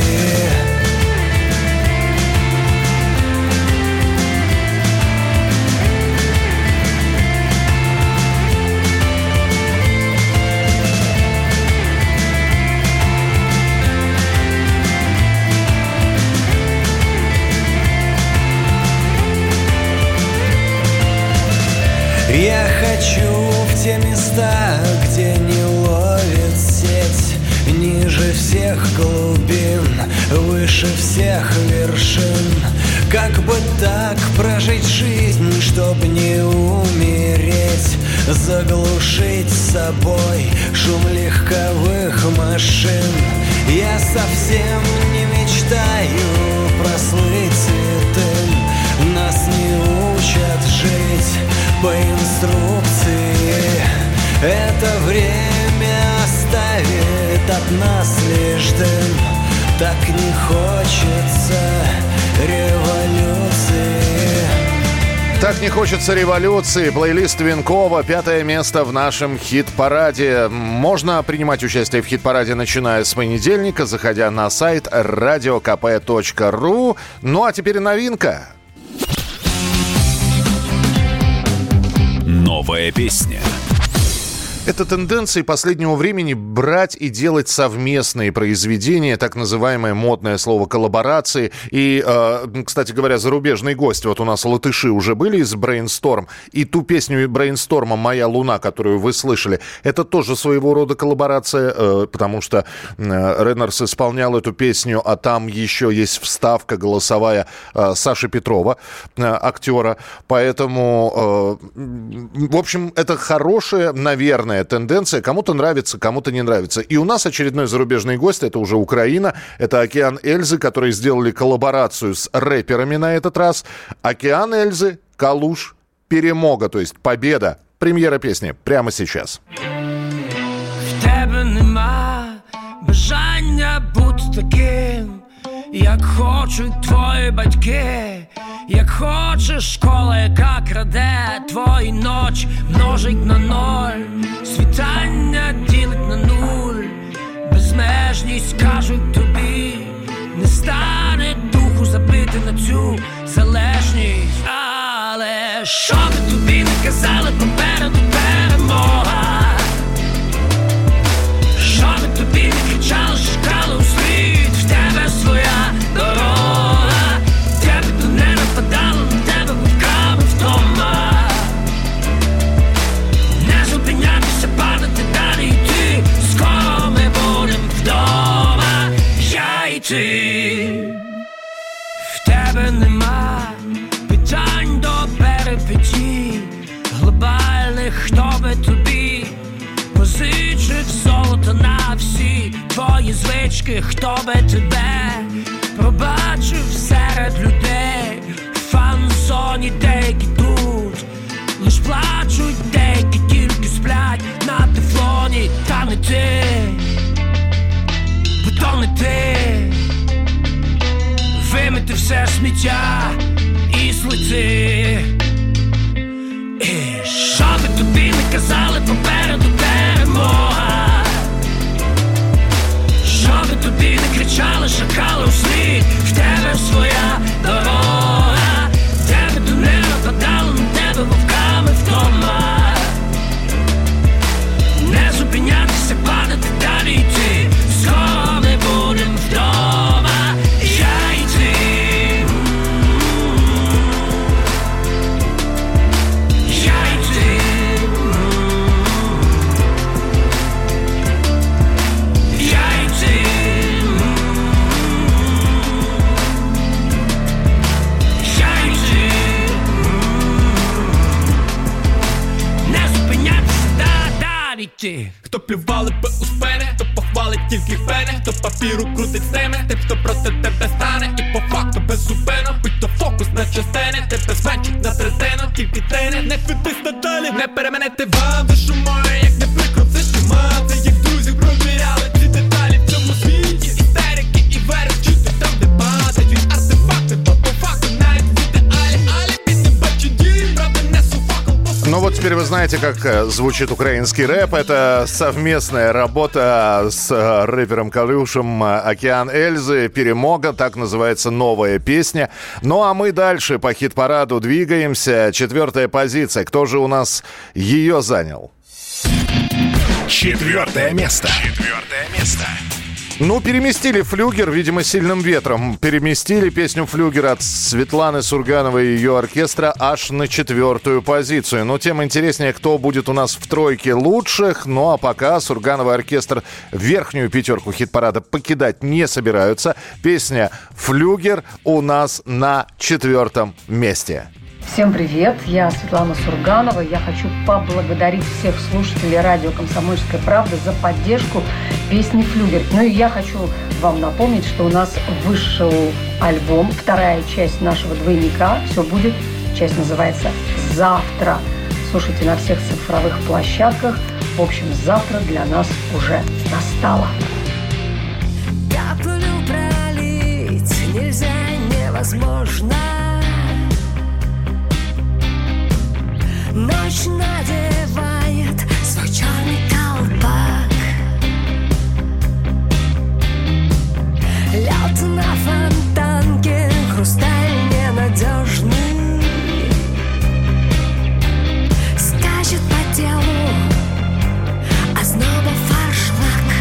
Я хочу в те места, где не ловит сеть. Ниже всех глубин, выше всех вершин. Как бы так прожить жизнь, чтоб не умереть. Заглушить собой шум легковых машин. Я совсем не мечтаю прослыть святым. Нас не учат жить по инструкции. Это время оставит от нас лишь дым. Так не хочется революции. Так не хочется революции. Плейлист Венкова. Пятое место в нашем хит-параде. Можно принимать участие в хит-параде, начиная с понедельника, заходя на сайт радио ка пэ точка ру. Ну а теперь новинка. Новая песня. Это тенденция последнего времени брать и делать совместные произведения, так называемое модное слово коллаборации. И, э, кстати говоря, зарубежный гость, вот у нас латыши уже были из Brainstorm, и ту песню Brainstorm «Моя луна», которую вы слышали, это тоже своего рода коллаборация, э, потому что э, Реннерс исполнял эту песню, а там еще есть вставка голосовая э, Саши Петрова, э, актера. Поэтому, э, в общем, это хорошая, наверное, тенденция. Кому-то нравится, кому-то не нравится. И у нас очередной зарубежный гость, это уже Украина, это Океан Эльзы, которые сделали коллаборацию с рэперами на этот раз. Океан Эльзы, Калуш, Перемога, то есть победа. Премьера песни прямо сейчас. В тебе нема бажання бути таким, як хочуть твої батьки. Як хочеш школа, яка краде твої ночі, множить на ноль, світання ділить на нуль, безмежність кажуть тобі, не стане духу забити на цю залежність. Але що би тобі не казали, попереду перемога. Що би тобі не кричали, шукали у світ, в тебе своя дорога. Нападало на тебе вовками вдома. Не зупинятися, падати далі йти. Скоро ми будем вдома, я і ти. В тебе нема питань до перепитій глобальних, хто би тобі позичив золото на всі твої звички, хто би тебе пробачив серед людей. В фан-зоні деякі тут лиш плачуть, деякі тільки сплять на тефлоні. Та не ти, бо то не ти. Вимити все сміття і злети. І що би тобі не казали, попереду перемога. Що би тобі не кричали, шакали у світ, в тебе своя дорога. Тебе до не нападало, на тебе вовками вдома. Не зупинятися, падати далі йти. ті, хто плювали би у спини, хто похвалить тільки фени, хто папіру крутить з ними, тим, хто проти тебе стане. І по факту без зупину, будь то фокус на частини, тебе зменшить на третину, тільки трени. Не фітись надалі, не переманити вам душу мою, як не прикро, все що мав. Це як друзів провіряли ці деталі в цьому світі. Істерики і вери чути там, де падають артефакти, бо по факту навіть в ідеалі, але під не бачу дії, правда несу факел. Ну вот теперь вы знаете, как звучит украинский рэп. Это совместная работа с рэпером Калюшем «Океан Эльзы». «Перемога», так называется новая песня. Ну а мы дальше по хит-параду двигаемся. Четвертая позиция. Кто же у нас ее занял? Четвертое место. Четвертое место. Ну, переместили «Флюгер», видимо, сильным ветром. Переместили песню «Флюгер» от Светланы Сургановой и ее оркестра аж на четвертую позицию. Но тем интереснее, кто будет у нас в тройке лучших. Ну, а пока Сурганова оркестр верхнюю пятерку хит-парада покидать не собираются. Песня «Флюгер» у нас на четвертом месте. Всем привет, я Светлана Сурганова. Я хочу поблагодарить всех слушателей радио «Комсомольская правда» за поддержку песни «Флюгер». Ну и я хочу вам напомнить, что у нас вышел альбом, вторая часть нашего двойника. Все будет, часть называется «Завтра». Слушайте на всех цифровых площадках. В общем, завтра для нас уже настало. Каплю пролить нельзя, невозможно. Ночь надевает свой черный колпак. Лед на фонтанке, хрусталь ненадежный, скачет по телу озноба фаршлаг.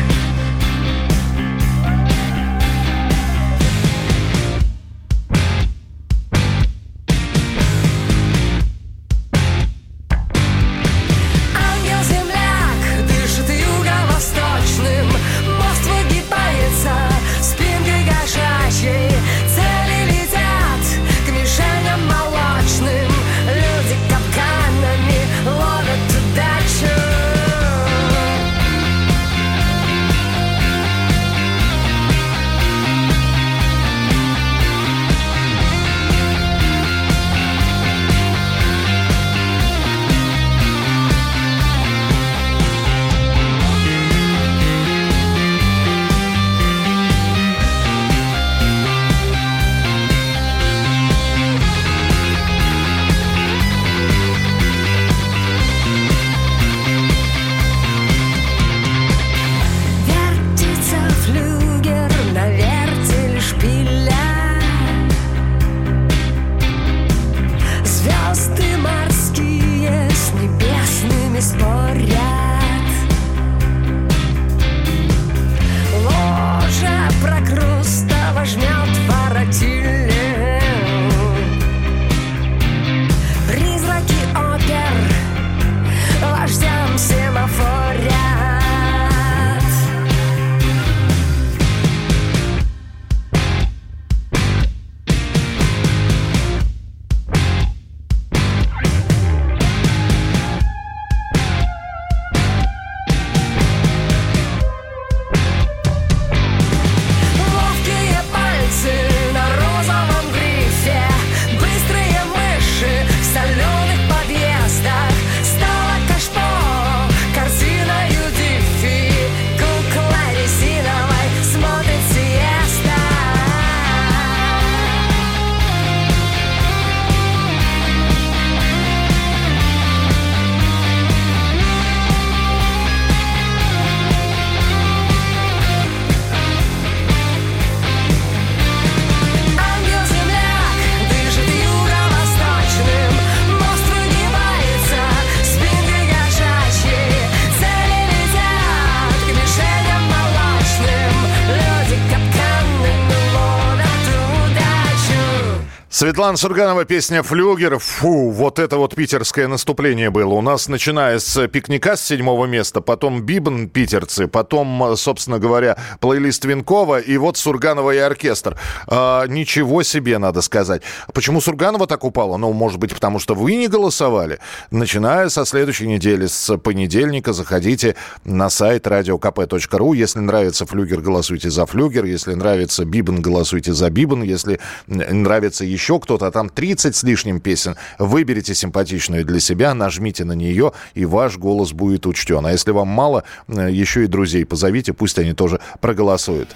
Светлана Сурганова, песня «Флюгер». Фу, вот это вот питерское наступление было. У нас, начиная с пикника с седьмого места, потом Бибн питерцы, потом, собственно говоря, плейлист Винкова, и вот Сурганова и оркестр. А, ничего себе, надо сказать. Почему Сурганова так упала? Ну, может быть, потому что вы не голосовали. Начиная со следующей недели, с понедельника, заходите на сайт радио ка пэ точка ру. Если нравится «Флюгер», голосуйте за «Флюгер». Если нравится Бибн, голосуйте за Бибн. Если нравится еще еще кто-то, а там тридцать с лишним песен. Выберите симпатичную для себя, нажмите на нее, и ваш голос будет учтен. А если вам мало, еще и друзей позовите, пусть они тоже проголосуют.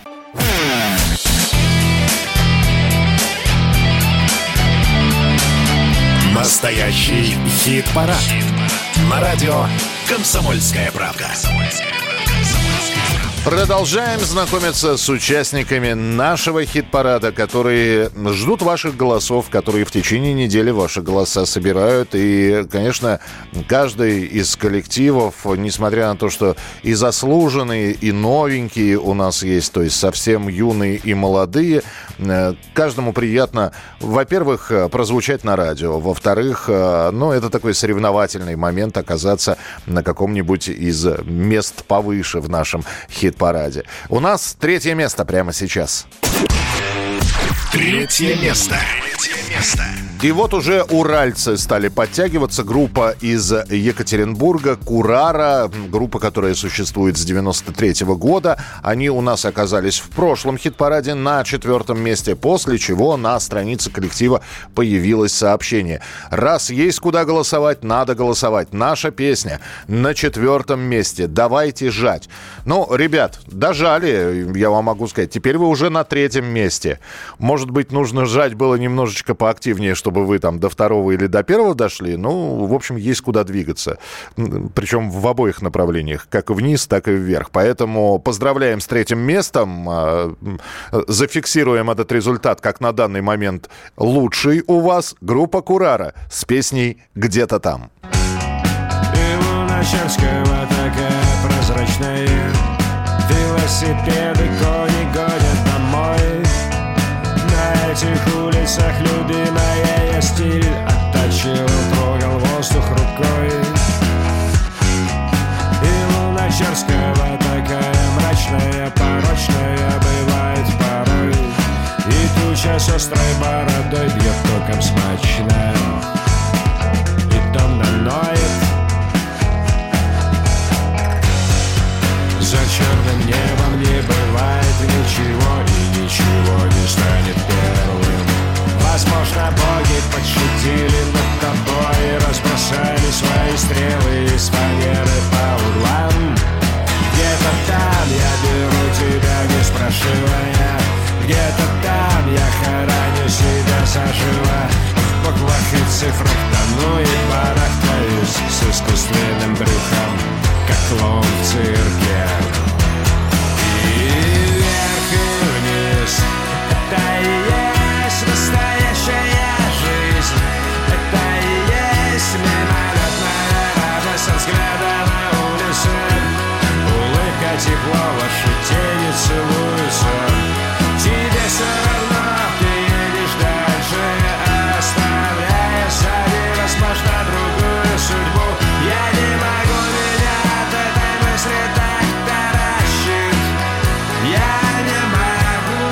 Настоящий хит-парад. Хит-парад. На радио «Комсомольская правда». Продолжаем знакомиться с участниками нашего хит-парада, которые ждут ваших голосов, которые в течение недели ваши голоса собирают. И, конечно, каждый из коллективов, несмотря на то, что и заслуженные, и новенькие у нас есть, то есть совсем юные и молодые, каждому приятно, во-первых, прозвучать на радио, во-вторых, ну, это такой соревновательный момент оказаться на каком-нибудь из мест повыше в нашем хит-параде. Параде. У нас третье место прямо сейчас. Третье место. Третье место. И вот уже уральцы стали подтягиваться. Группа из Екатеринбурга, «Курара», группа, которая существует с девяносто третьего года. Они у нас оказались в прошлом хит-параде на четвертом месте, после чего на странице коллектива появилось сообщение. Раз есть куда голосовать, надо голосовать. Наша песня на четвертом месте. Давайте жать. Ну, ребят, дожали, я вам могу сказать. Теперь вы уже на третьем месте. Может быть, нужно жать было немножечко поактивнее, чтобы вы там до второго или до первого дошли. Ну, в общем, есть куда двигаться. Причем в обоих направлениях. Как вниз, так и вверх. Поэтому поздравляем с третьим местом. Зафиксируем этот результат, как на данный момент лучший у вас. Группа «Курара» с песней «Где-то там». И Луначарского такая прозрачная. Велосипеды, кони гонят домой. На этих улицах любимая я стиль отточил, трогал воздух рукой. И Луначарского такая мрачная, порочная бывает порой. И туча с острой бородой бьет током смачно, и томно ноет. За черным небом не бывает ничего, и ничего не станет первым. Возможно, боги подшутили над тобой, разбросали свои стрелы из фанеры по углам. Где-то там я беру тебя, не спрашивая. Где-то там я хороню себя заживо. В буквах и цифрах тону и барахтаюсь с искусственным брюхом, как клоун в цирке. И вверх, и вниз. Это и есть настоящая жизнь. Это и есть мимолетная радость от взгляда на улице. Улыбка, тепло, ваши тени целуются. Тебе все равно, ты едешь дальше, оставляя сзади, возможно, другую судьбу. Я не могу меня от этой мысли так таращит. Я не могу.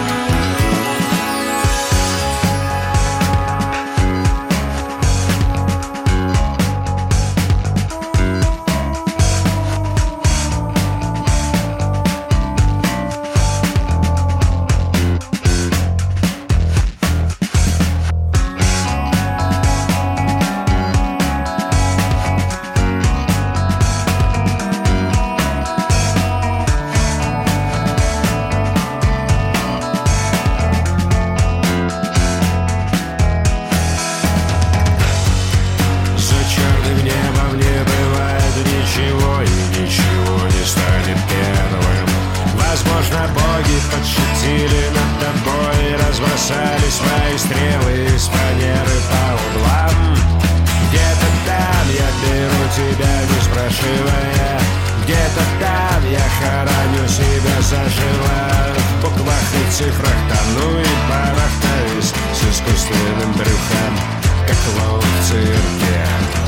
Разбросали свои стрелы из фанеры по углам. Где-то там я беру тебя, не спрашивая. Где-то там я хороню себя заживо. В буквах и цифрах тону и барахтаюсь с искусственным брюхом, как волк в цирке.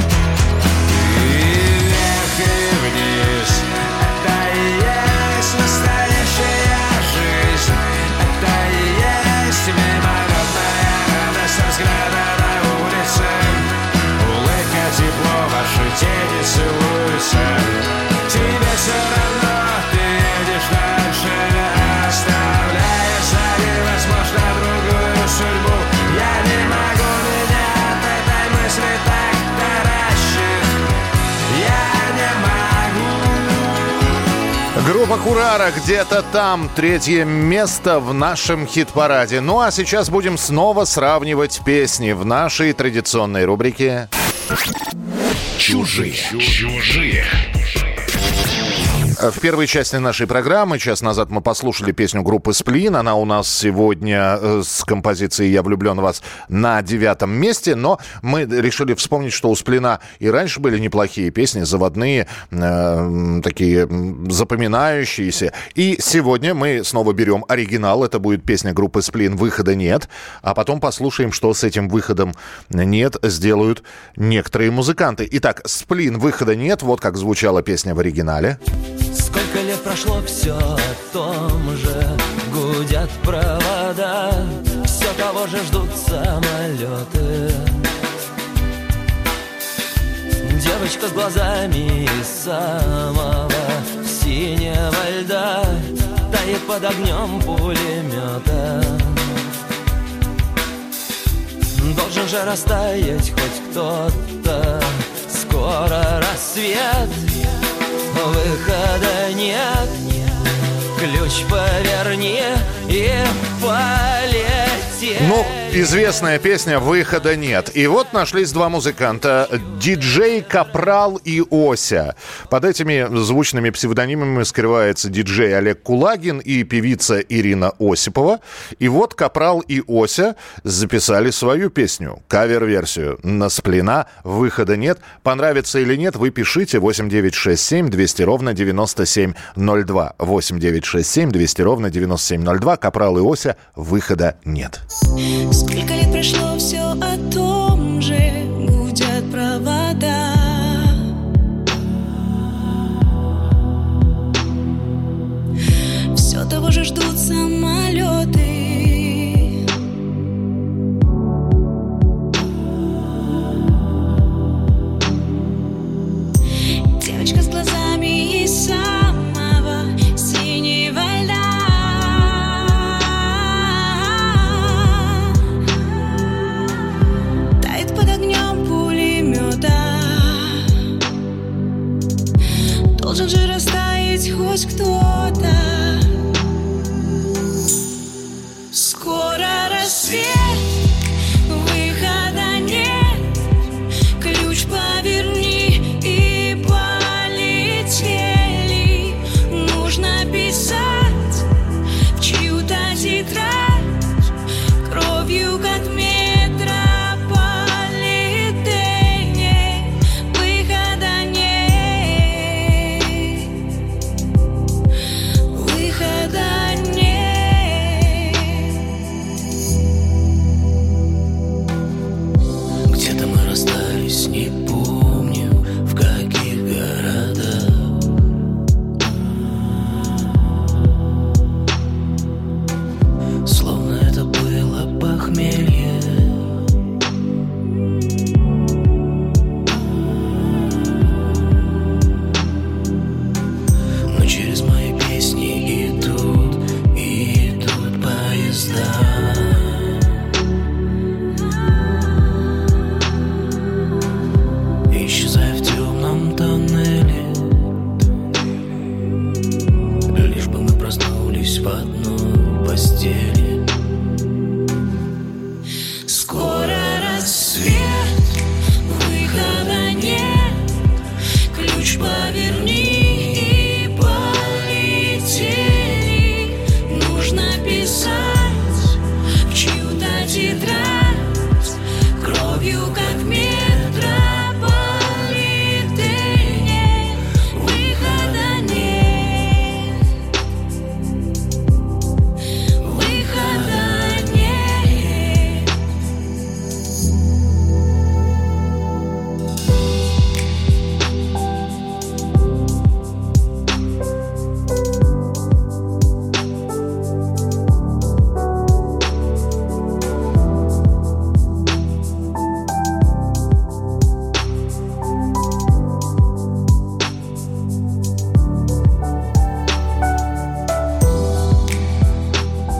И вверх, и вниз, это и есть настоящая жизнь. Это и есть мимолетная радость взгляда на улице. Улыбка, тепло, ваши тени целуются. Тебе все равно, ты едешь дальше, оставляя сзади, возможно, другую судьбу. Я не могу, меня от этой мысли так таращит. Я не могу. Группа «Курара» где-то там. Третье место в нашем хит-параде. Ну а сейчас будем снова сравнивать песни в нашей традиционной рубрике «Чужие». Чужие. В первой части нашей программы, час назад, мы послушали песню группы «Сплин». Она у нас сегодня с композицией «Я влюблен в вас» на девятом месте. Но мы решили вспомнить, что у «Сплина» и раньше были неплохие песни, заводные, э, такие запоминающиеся. И сегодня мы снова берем оригинал. Это будет песня группы «Сплин» «Выхода нет». А потом послушаем, что с этим выходом нет сделают некоторые музыканты. Итак, «Сплин» «Выхода нет». Вот как звучала песня в оригинале. Сколько лет прошло, все о том же. Гудят провода, все того же ждут самолеты. Девочка с глазами из самого синего льда тает под огнем пулемета. Должен же растаять хоть кто-то. Скоро рассвет, выхода нет. Ключ поверни и полети. Ну, известная песня «Выхода нет». И вот нашлись два музыканта. Диджей Капрал и Ося. Под этими звучными псевдонимами скрывается диджей Олег Кулагин и певица Ирина Осипова. И вот Капрал и Ося записали свою песню, кавер-версию на «Сплина» «Выхода нет». Понравится или нет, вы пишите восемь девять шесть семь двести ровно девяносто семь ноль два. восемь девять шесть семь двести ровно девяносто семь ноль два. Капрал и Ося «Выхода нет». Сколько лет прошло, все о том же. Гудят провода. Все того же ждут самолеты. Девочка с глазами из самого синего льда тает под огнем пулемета. Должен же растаять хоть кто-то. Скоро рассвет, выхода нет. Ключ поверни и полетели. Нужно писать в чью-то тетрадь кровью, как метрополитене. Выхода нет.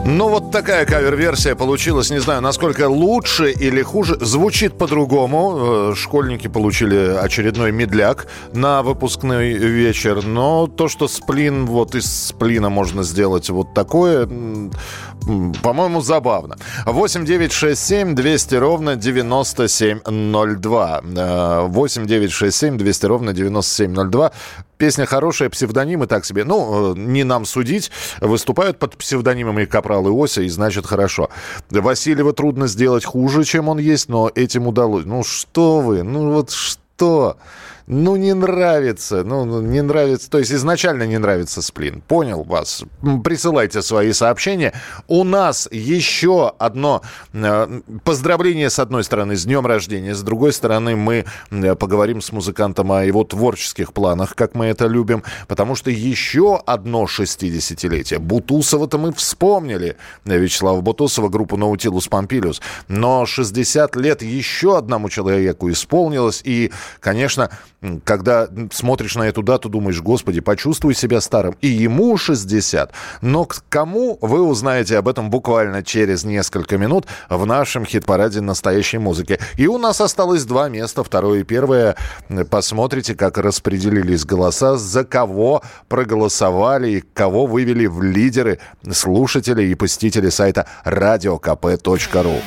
Ну, вот такая кавер-версия получилась. Не знаю, насколько лучше или хуже. Звучит по-другому. Школьники получили очередной медляк на выпускной вечер. Но то, что сплин, вот из сплина можно сделать вот такое, по-моему, забавно. восемь девятьсот шестьдесят семь двести ровно девяносто семь ноль два. восемь девятьсот шестьдесят семь двести ровно девяносто семь ноль два. Песня хорошая, псевдонимы так себе. Ну, не нам судить. Выступают под псевдонимами Капрал и Ося, и значит хорошо. Васильева трудно сделать хуже, чем он есть, но этим удалось. Ну что вы, ну вот что... Ну, не нравится, ну, не нравится, то есть изначально не нравится сплин. Понял вас. Присылайте свои сообщения. У нас еще одно э, поздравление, с одной стороны, с днем рождения, с другой стороны, мы э, поговорим с музыкантом о его творческих планах, как мы это любим, потому что еще одно шестидесятилетие. Бутусова-то мы вспомнили, Вячеслава Бутусова, группу Наутилус Помпилиус, но шестьдесят лет еще одному человеку исполнилось, и, конечно, когда смотришь на эту дату, думаешь, господи, почувствуй себя старым. И ему шестьдесят. Но к кому, вы узнаете об этом буквально через несколько минут в нашем хит-параде настоящей музыки. И у нас осталось два места, второе и первое. Посмотрите, как распределились голоса, за кого проголосовали и кого вывели в лидеры слушатели и посетители сайта радио ка пэ точка ру.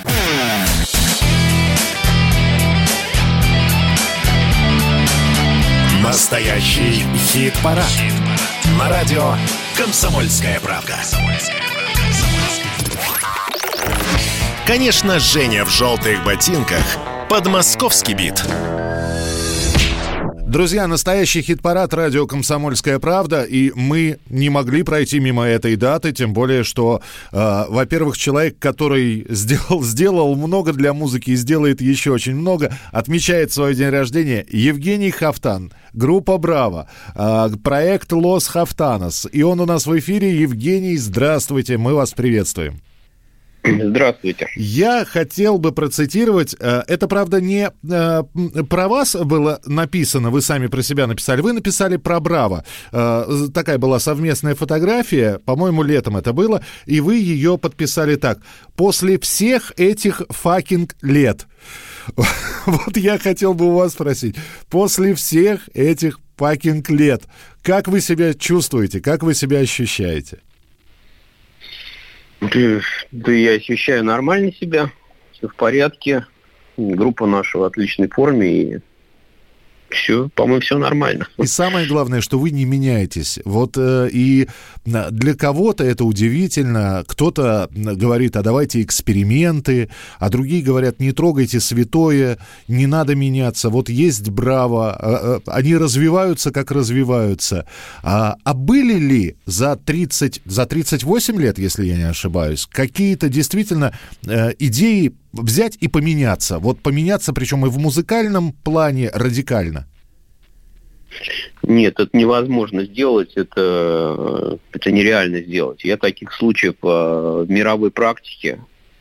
Настоящий хит-парад. Хит-парад. На радио «Комсомольская правда». Конечно, Женя в желтых ботинках под московский бит. Друзья, настоящий хит-парад радио «Комсомольская правда», и мы не могли пройти мимо этой даты, тем более, что, э, во-первых, человек, который сделал, сделал много для музыки и сделает еще очень много, отмечает свой день рождения, Евгений Хафтан, группа «Браво», э, проект «Лос Хафтанос», и он у нас в эфире. Евгений, здравствуйте, мы вас приветствуем. Здравствуйте. Я хотел бы процитировать, это, правда, не про вас было написано, вы сами про себя написали, вы написали про «Браво». Такая была совместная фотография, по-моему, летом это было, и вы ее подписали так: «После всех этих факинг лет». Вот я хотел бы у вас спросить, после всех этих факинг лет, как вы себя чувствуете, как вы себя ощущаете? Да я ощущаю нормально себя, все в порядке, группа наша в отличной форме, и все, по-моему, все нормально. И самое главное, что вы не меняетесь. Вот э, и для кого-то это удивительно, кто-то говорит, а давайте эксперименты, а другие говорят, не трогайте святое, не надо меняться, вот есть «Браво», э, э, они развиваются, как развиваются. А, а были ли за тридцать, за тридцать восемь лет, если я не ошибаюсь, какие-то действительно э, идеи взять и поменяться? Вот поменяться, причем и в музыкальном плане радикально. Нет, это невозможно сделать, это, это нереально сделать. Я таких случаев в мировой практике,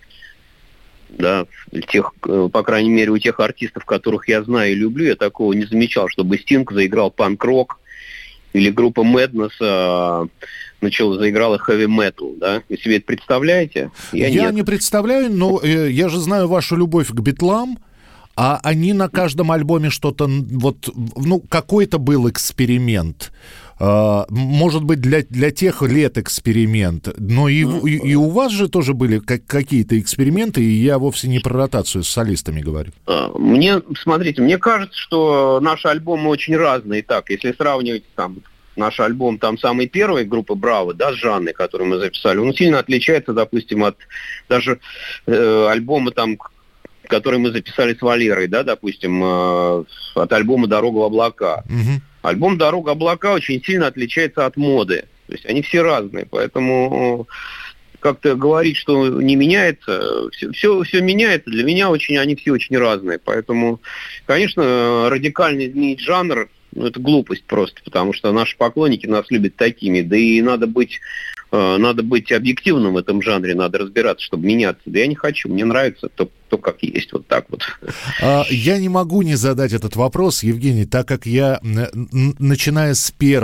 да, тех, по крайней мере, у тех артистов, которых я знаю и люблю, я такого не замечал, чтобы Стинг заиграл панк-рок, или группа Madness начала, заиграла хэви-метал, да? Вы себе это представляете? Я, я не представляю, но э, я же знаю вашу любовь к Битлам, а они на каждом альбоме что-то, вот, ну, какой-то был эксперимент. Uh, может быть, для, для тех лет эксперимент, но и, и, и у вас же тоже были как, какие-то эксперименты, и я вовсе не про ротацию с солистами говорю. Мне, смотрите, мне кажется, что наши альбомы очень разные. Так, если сравнивать там наш альбом, там самый первый, группы «Браво», да, с Жанной, который мы записали, он сильно отличается, допустим, от даже э, альбома там, который мы записали с Валерой, да, допустим, э, от альбома «Дорога в облака». Угу. Альбом «Дорога облака» очень сильно отличается от моды. То есть они все разные, поэтому как-то говорить, что не меняется, все, все, все меняется. Для меня очень, они все очень разные. Поэтому, конечно, радикально изменить жанр, ну, это глупость просто, потому что наши поклонники нас любят такими. Да и надо быть, надо быть объективным в этом жанре, надо разбираться, чтобы меняться. Да я не хочу, мне нравится то, то как есть, вот так вот. Я не могу не задать этот вопрос, Евгений, так как я, начиная с первых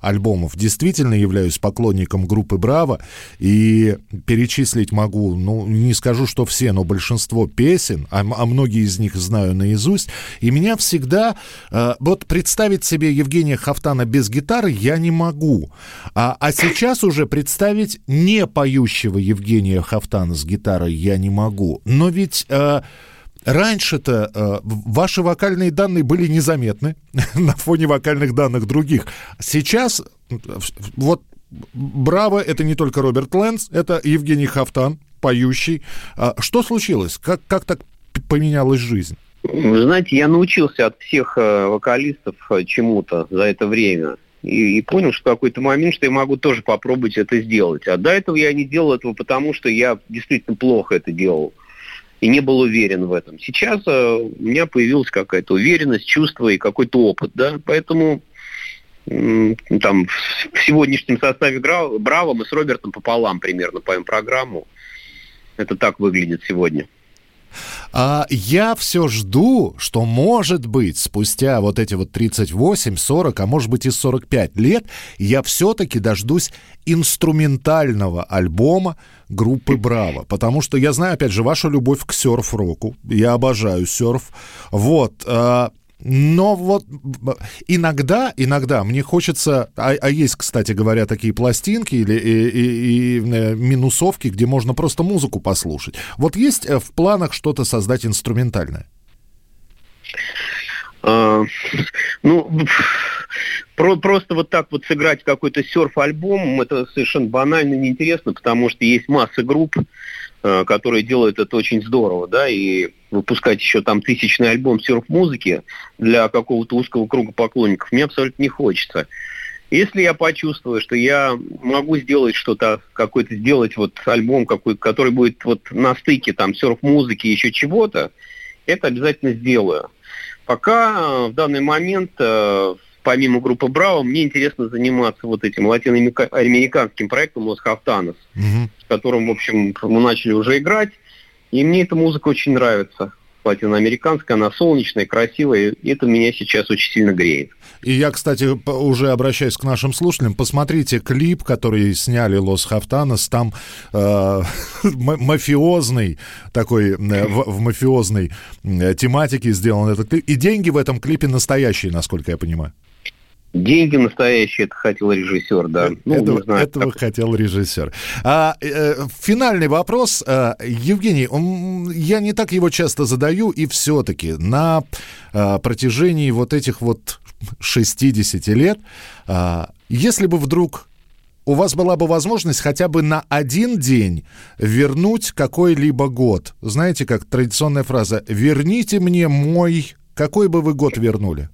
альбомов. Действительно являюсь поклонником группы «Браво», и перечислить могу, ну, не скажу, что все, но большинство песен, а, а многие из них знаю наизусть, и меня всегда... Э, вот представить себе Евгения Хафтана без гитары я не могу, а, а сейчас уже представить не поющего Евгения Хафтана с гитарой я не могу, но ведь... Э, Раньше-то э, ваши вокальные данные были незаметны на фоне вокальных данных других. Сейчас вот «Браво» — это не только Роберт Лэнс, это Евгений Хафтан, поющий. А что случилось? Как, как так поменялась жизнь? Вы знаете, я научился от всех э, вокалистов чему-то за это время. И, и понял, что в какой-то момент, что я могу тоже попробовать это сделать. А до этого я не делал этого, потому что я действительно плохо это делал. И не был уверен в этом. Сейчас э, у меня появилась какая-то уверенность, чувство и какой-то опыт, да, поэтому э, там в, в сегодняшнем составе «Браво» мы с Робертом пополам примерно поем программу. Это так выглядит сегодня. А я все жду, что, может быть, спустя вот эти вот тридцать восемь, сорок, а может быть и сорок пять лет, я все-таки дождусь инструментального альбома группы «Браво». Потому что я знаю, опять же, вашу любовь к серф-року. Я обожаю серф. Вот. Но вот иногда, иногда мне хочется... А, а есть, кстати говоря, такие пластинки или и, и, и минусовки, где можно просто музыку послушать. Вот есть в планах что-то создать инструментальное? А, ну, про, просто вот так вот сыграть какой-то серф-альбом, это совершенно банально неинтересно, потому что есть масса групп, которые делают это очень здорово, да, и выпускать еще там тысячный альбом серф-музыки для какого-то узкого круга поклонников мне абсолютно не хочется. Если я почувствую, что я могу сделать что-то, какой-то сделать вот альбом, какой, который будет вот на стыке там серф-музыки и еще чего-то, это обязательно сделаю. Пока в данный момент, помимо группы «Браво», мне интересно заниматься вот этим латиноамериканским проектом «Лос Хафтанос», mm-hmm. с которым, в общем, мы начали уже играть. И мне эта музыка очень нравится. Латиноамериканская, она солнечная, красивая, и это меня сейчас очень сильно греет. И я, кстати, уже обращаюсь к нашим слушателям. Посмотрите клип, который сняли «Лос Хафтанос». Там э, мафиозный, такой, э, в, в мафиозной э, тематике сделан этот клип. И деньги в этом клипе настоящие, насколько я понимаю. Деньги настоящие, это хотел режиссер, да. Ну, этого не знаю, этого как... хотел режиссер. А, э, финальный вопрос. А, Евгений, он, я не так его часто задаю, и все-таки на а, протяжении вот этих вот шестидесяти лет, а, если бы вдруг у вас была бы возможность хотя бы на один день вернуть какой-либо год, знаете, как традиционная фраза «верните мне мой...» Какой бы вы год вернули?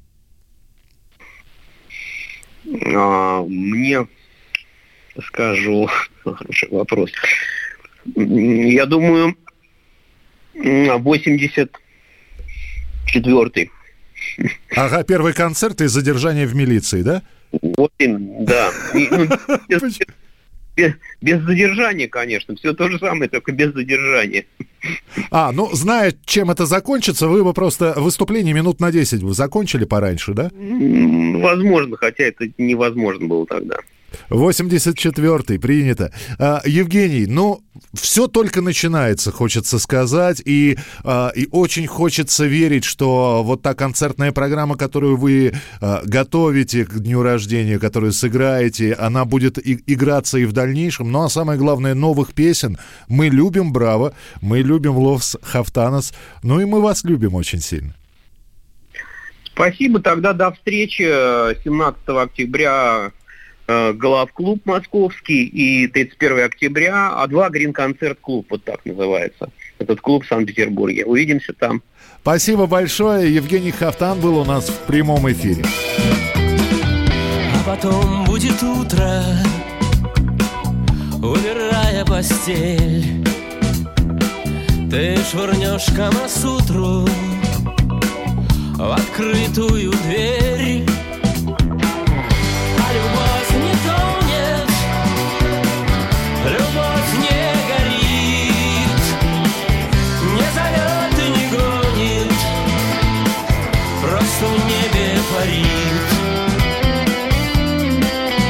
А, мне, скажу, хороший вопрос. Я думаю, восемьдесят четвёртый. Ага, первый концерт и задержание в милиции, да? Вот, да. И, ну, без, без, без задержания, конечно. Все то же самое, только без задержания. А, ну, зная, чем это закончится, вы бы просто выступление минут на десять вы закончили пораньше, да? Возможно, хотя это невозможно было тогда. восемьдесят четвёртый, принято. А, Евгений, ну, все только начинается, хочется сказать, и, а, и очень хочется верить, что вот та концертная программа, которую вы а, готовите к дню рождения, которую сыграете, она будет и, играться и в дальнейшем. Ну, а самое главное, новых песен. Мы любим «Браво», мы любим «Лос Хафтанос», ну и мы вас любим очень сильно. Спасибо, тогда до встречи семнадцатого октября. Главклуб московский, и тридцать первого октября А2 Грин Концерт Клуб, вот так называется. Этот клуб в Санкт-Петербурге. Увидимся там. Спасибо большое. Евгений Хафтан был у нас в прямом эфире. А потом будет утро, убирая постель, ты швырнешь Камасутру в открытую дверь. А любовь не тонет, любовь не горит, не зовет и не гонит, просто в небе парит.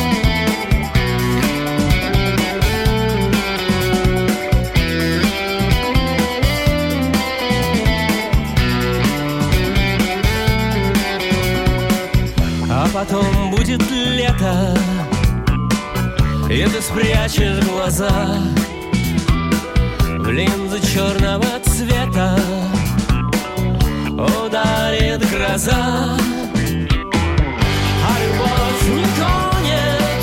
света, и ты спрячешь глаза в линзы черного цвета. Ударит гроза, а любовь не тонет,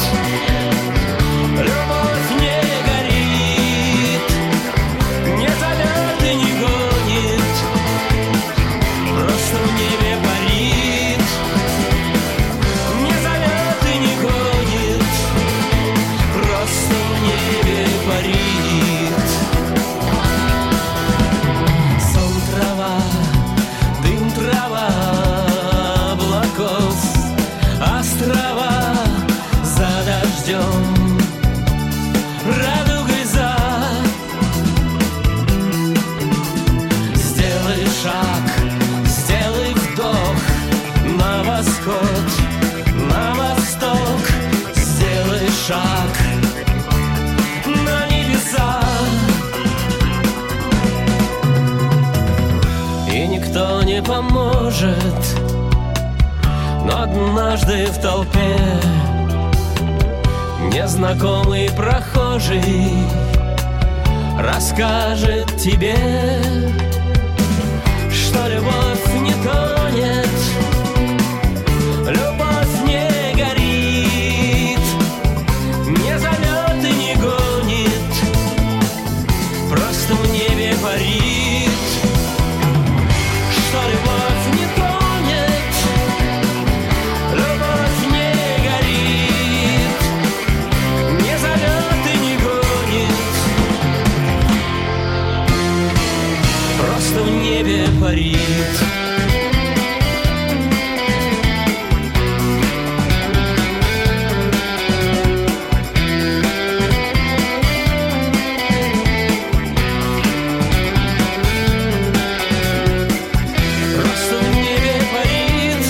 любовь не горит, не зовет и не гонит, просто в небе парит. Не зовет и не гонит, просто в небе парит. Сон, трава, дым, трава, облаков, острова за дождем, радугой за. Сделай шаг, сделай вдох на восход, на восток. Сделай шаг на небеса, и никто не поможет. Но однажды в толпе незнакомый прохожий расскажет тебе, что любовь не тонет, любовь не горит, не зовет и не гонит, просто в небе парит. Что любовь не тонет, любовь не горит, не зовет и не гонит, просто в небе парит. Просто в небе парит.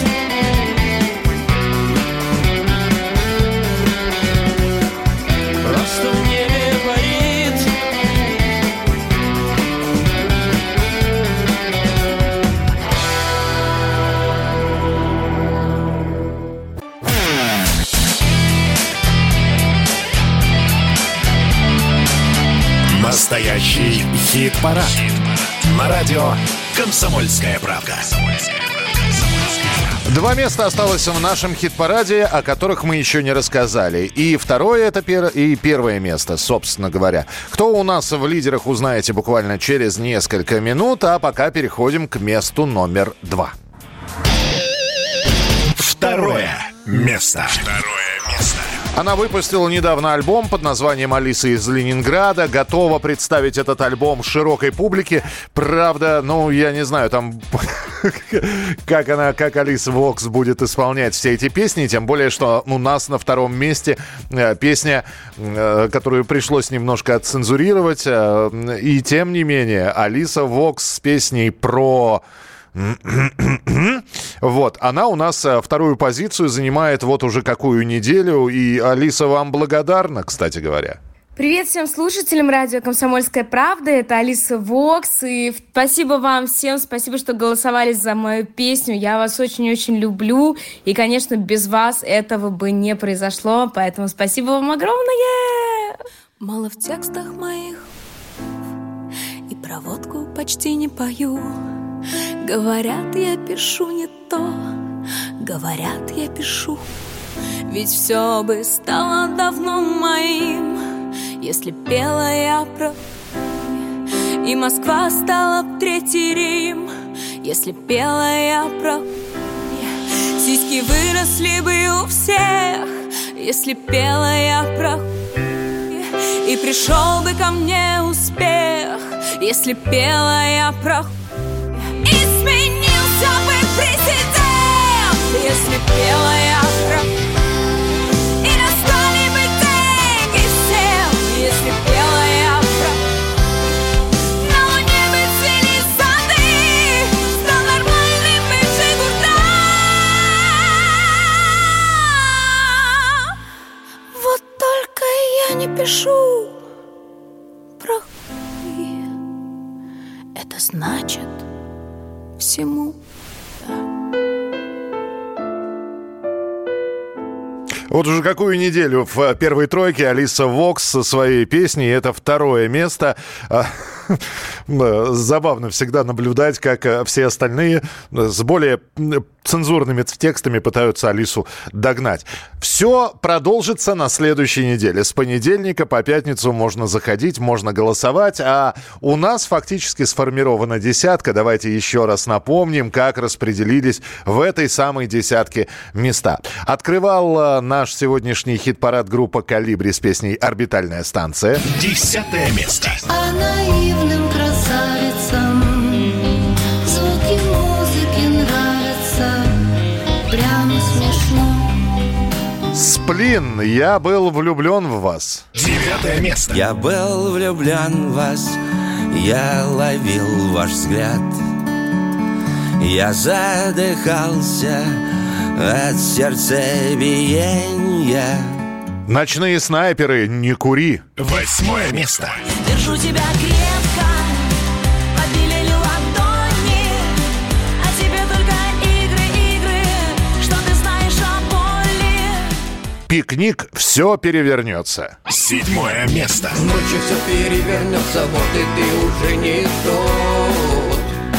Просто в небе парит. Настоящий хит-парад. На радио «Комсомольская правда». Два места осталось в нашем хит-параде, о которых мы еще не рассказали. И второе это пер... и первое место, собственно говоря. Кто у нас в лидерах, узнаете буквально через несколько минут. А пока переходим к месту номер два. Второе место. Второе место. Она выпустила недавно альбом под названием «Алиса из Ленинграда». Готова представить этот альбом широкой публике. Правда, ну, я не знаю, там... как она, как Алиса Вокс будет исполнять все эти песни. Тем более, что у нас на втором месте э, песня, э, которую пришлось немножко отцензурировать. Э, и тем не менее, Алиса Вокс с песней про... Вот, она у нас вторую позицию занимает вот уже какую неделю. И Алиса вам благодарна, кстати говоря. Привет всем слушателям радио «Комсомольская правда». Это Алиса Вокс. И спасибо вам всем, спасибо, что голосовали за мою песню. Я вас очень-очень люблю. И, конечно, без вас этого бы не произошло. Поэтому спасибо вам огромное. Мало в текстах моих, и про водку почти не пою. Говорят, я пишу не то, говорят, я пишу. Ведь все бы стало давно моим, если пела я про... И Москва стала б третий Рим, если пела я про... Сиськи выросли бы у всех, если пела я про... И пришел бы ко мне успех, если пела я про... И сменился бы президент, если пела я про... И достали бы деньги всем, если пела я про... На луне бы цвели сады, стал нормальным бы Жигурда. Вот только я не пишу про... Это значит... всему. Вот уже какую неделю в первой тройке Алиса Вокс со своей песней. Это второе место. Забавно всегда наблюдать, как все остальные с более цензурными текстами пытаются Алису догнать. Все продолжится на следующей неделе. С понедельника по пятницу можно заходить, можно голосовать. А у нас фактически сформирована десятка. Давайте еще раз напомним, как распределились в этой самой десятке места. Открывал наш сегодняшний хит-парад группа «Колибри» с песней «Орбитальная станция». Десятое место. А наивным красавицам звуки музыки нравятся, прямо смешно. Сплин, я был влюблен в вас. Девятое место. Я был влюблен в вас, я ловил ваш взгляд, я задыхался от сердцебиения. Ночные снайперы, не кури. Восьмое место. Держу тебя крепко, побелели ладони, а тебе только игры, игры, что ты знаешь о боли. Пикник, все перевернется. Седьмое место. Ночью все перевернется, вот и ты уже не тот.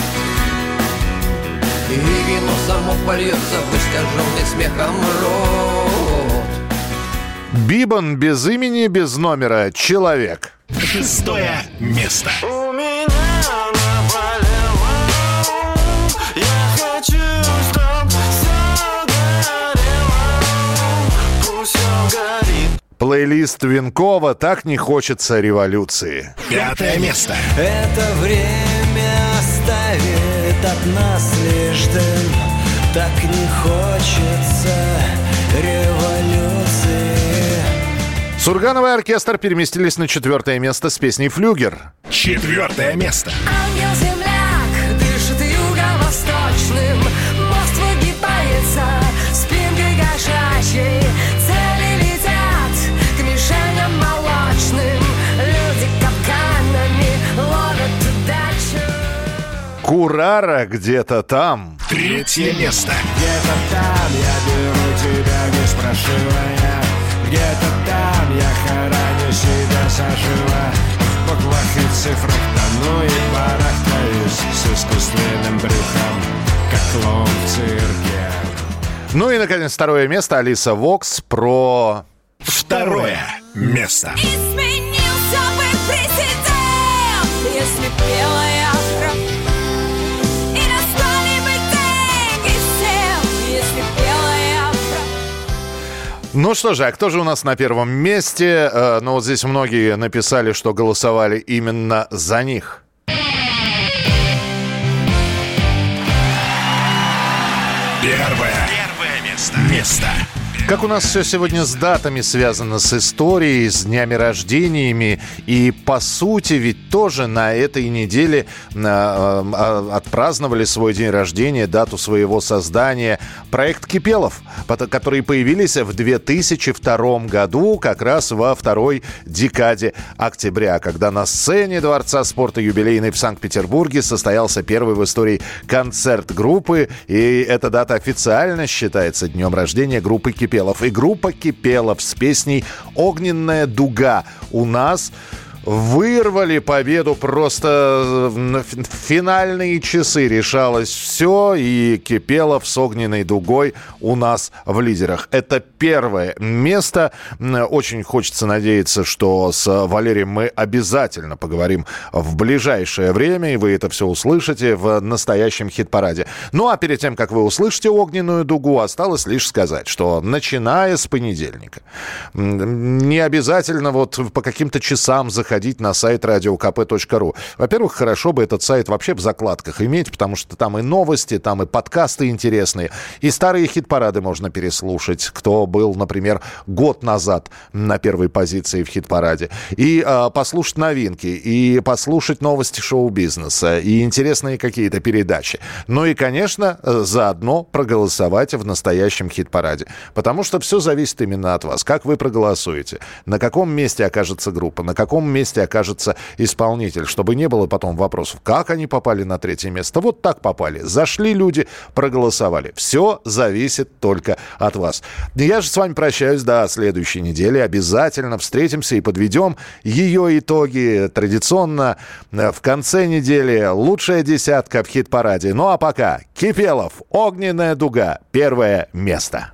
И вино само польется в искаженный смехом рот. Бибан без имени, без номера. Человек. Шестое место. У меня наболело, я хочу, чтоб все горело, пусть все горит. Плейлист Венкова «Так не хочется революции». Пятое место. Это время оставит от нас лишь дым, так не хочется революции. Сургановый оркестр переместились на четвертое место с песней «Флюгер». Четвертое место. Ангел-земляк дышит юго-восточным, мост выгибается спинкой кошачьей, цели летят к мишеням молочным, люди капканами ловят удачу. Курара где-то там. Третье место. Где-то там я беру тебя, не спрашивая. Где-то там я хороню себя заживо. В буквах и цифрах тону и барахтаюсь с искусственным брюхом, как клоун в цирке. Ну и, наконец, второе место. Алиса Вокс про... Второе место. Изменился бы президент, если пела я прав. И настали бы деньги всем, если пела я прав. Ну что же, а кто же у нас на первом месте? Э, ну вот здесь многие написали, что голосовали именно за них. Первое. Первое место. Место. Как у нас все сегодня с датами связано, с историей, с днями рождениями. И, по сути, ведь тоже на этой неделе э, э, отпраздновали свой день рождения, дату своего создания. Проект «Кипелов», которые появились в две тысячи втором году, как раз во второй декаде октября, когда на сцене Дворца спорта «Юбилейный» в Санкт-Петербурге состоялся первый в истории концерт группы. И эта дата официально считается днем рождения группы «Кипелов». И группа «Кипелов» с песней «Огненная дуга» у нас вырвали победу просто в финальные часы. Решалось все, и Кипелов с «Огненной дугой» у нас в лидерах. Это первое место. Очень хочется надеяться, что с Валерием мы обязательно поговорим в ближайшее время, и вы это все услышите в настоящем хит-параде. Ну а перед тем, как вы услышите «Огненную дугу», осталось лишь сказать, что начиная с понедельника не обязательно вот по каким-то часам заходить на сайт радио ка пэ точка ру. Во-первых, хорошо бы этот сайт вообще в закладках иметь, потому что там и новости, там и подкасты интересные, и старые хит-парады можно переслушать, кто был, например, год назад на первой позиции в хит-параде, и э, послушать новинки, и послушать новости шоу-бизнеса, и интересные какие-то передачи. Ну и, конечно, заодно проголосовать в настоящем хит-параде, потому что все зависит именно от вас. Как вы проголосуете, на каком месте окажется группа, на каком месте месте окажется исполнитель, чтобы не было потом вопросов, как они попали на третье место. Вот так попали. Зашли люди, проголосовали. Все зависит только от вас. Я же с вами прощаюсь до следующей недели. Обязательно встретимся и подведем ее итоги традиционно в конце недели. Лучшая десятка в хит-параде. Ну а пока Кипелов, «Огненная дуга», первое место.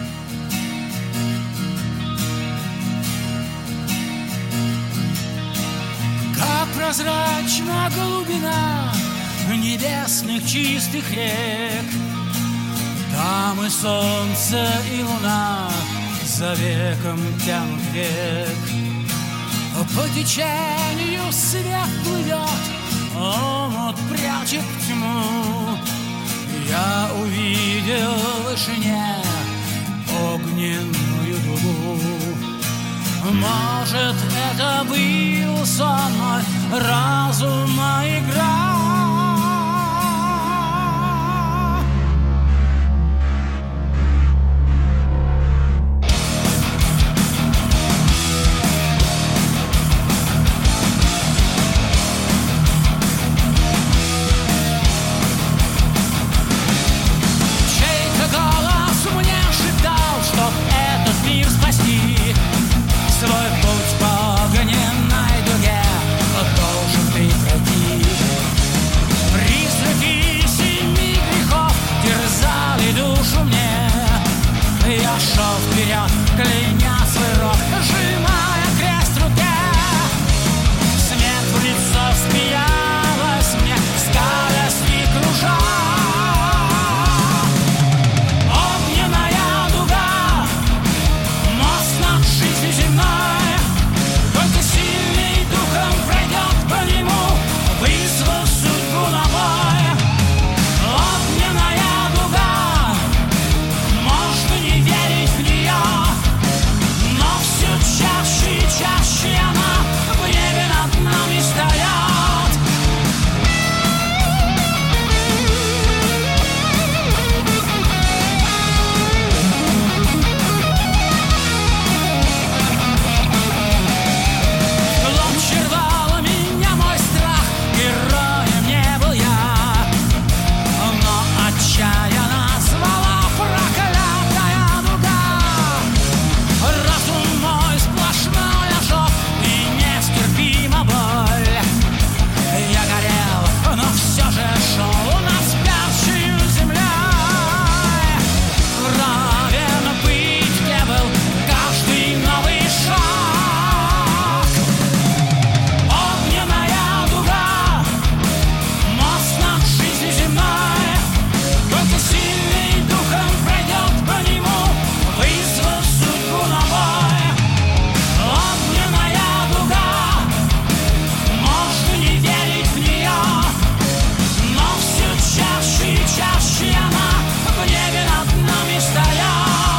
Как прозрачна глубина небесных чистых рек, там и солнце, и луна за веком тянут век. По течению свет плывет, омут прячет тьму. Я увидел в вышине огненную дугу. Может, это был сон мой, разума игра. Свой путь по огненной дуге должен ты пройти. Призраки семи грехов терзали душу мне. Я шел вперед, кляня свой рог, сжимая крест в руке. Смех в лицо смеялась мне, скалясь и кружа. Огненная дуга, мост над жизнью земной. Только сильный духом пройдет по нему, вызвал судьбу на бой. Огненная дуга, можно не верить в нее, но все чаще и чаще она в небе над нами стоят. Лом меня мой страх, героем не был я, но отчаянно звала проклятая дуга. Разум мой сплошной ожог и нестерпима боль. Я горел, но все же шел над спящую землей. Равен быть, где был каждый новый шаг. Огненная дуга, мост над жизнью земной. Только сильный духом пройдет по нему, вызвал судьбу на бой. Огненная дуга, можно не верить в нее, но все чаще и чаще она в небе над нами стоят.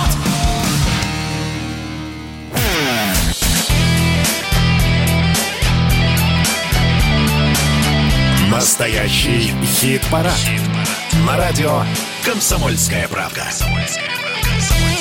Настоящий хит-парад. На радио «Комсомольская правда».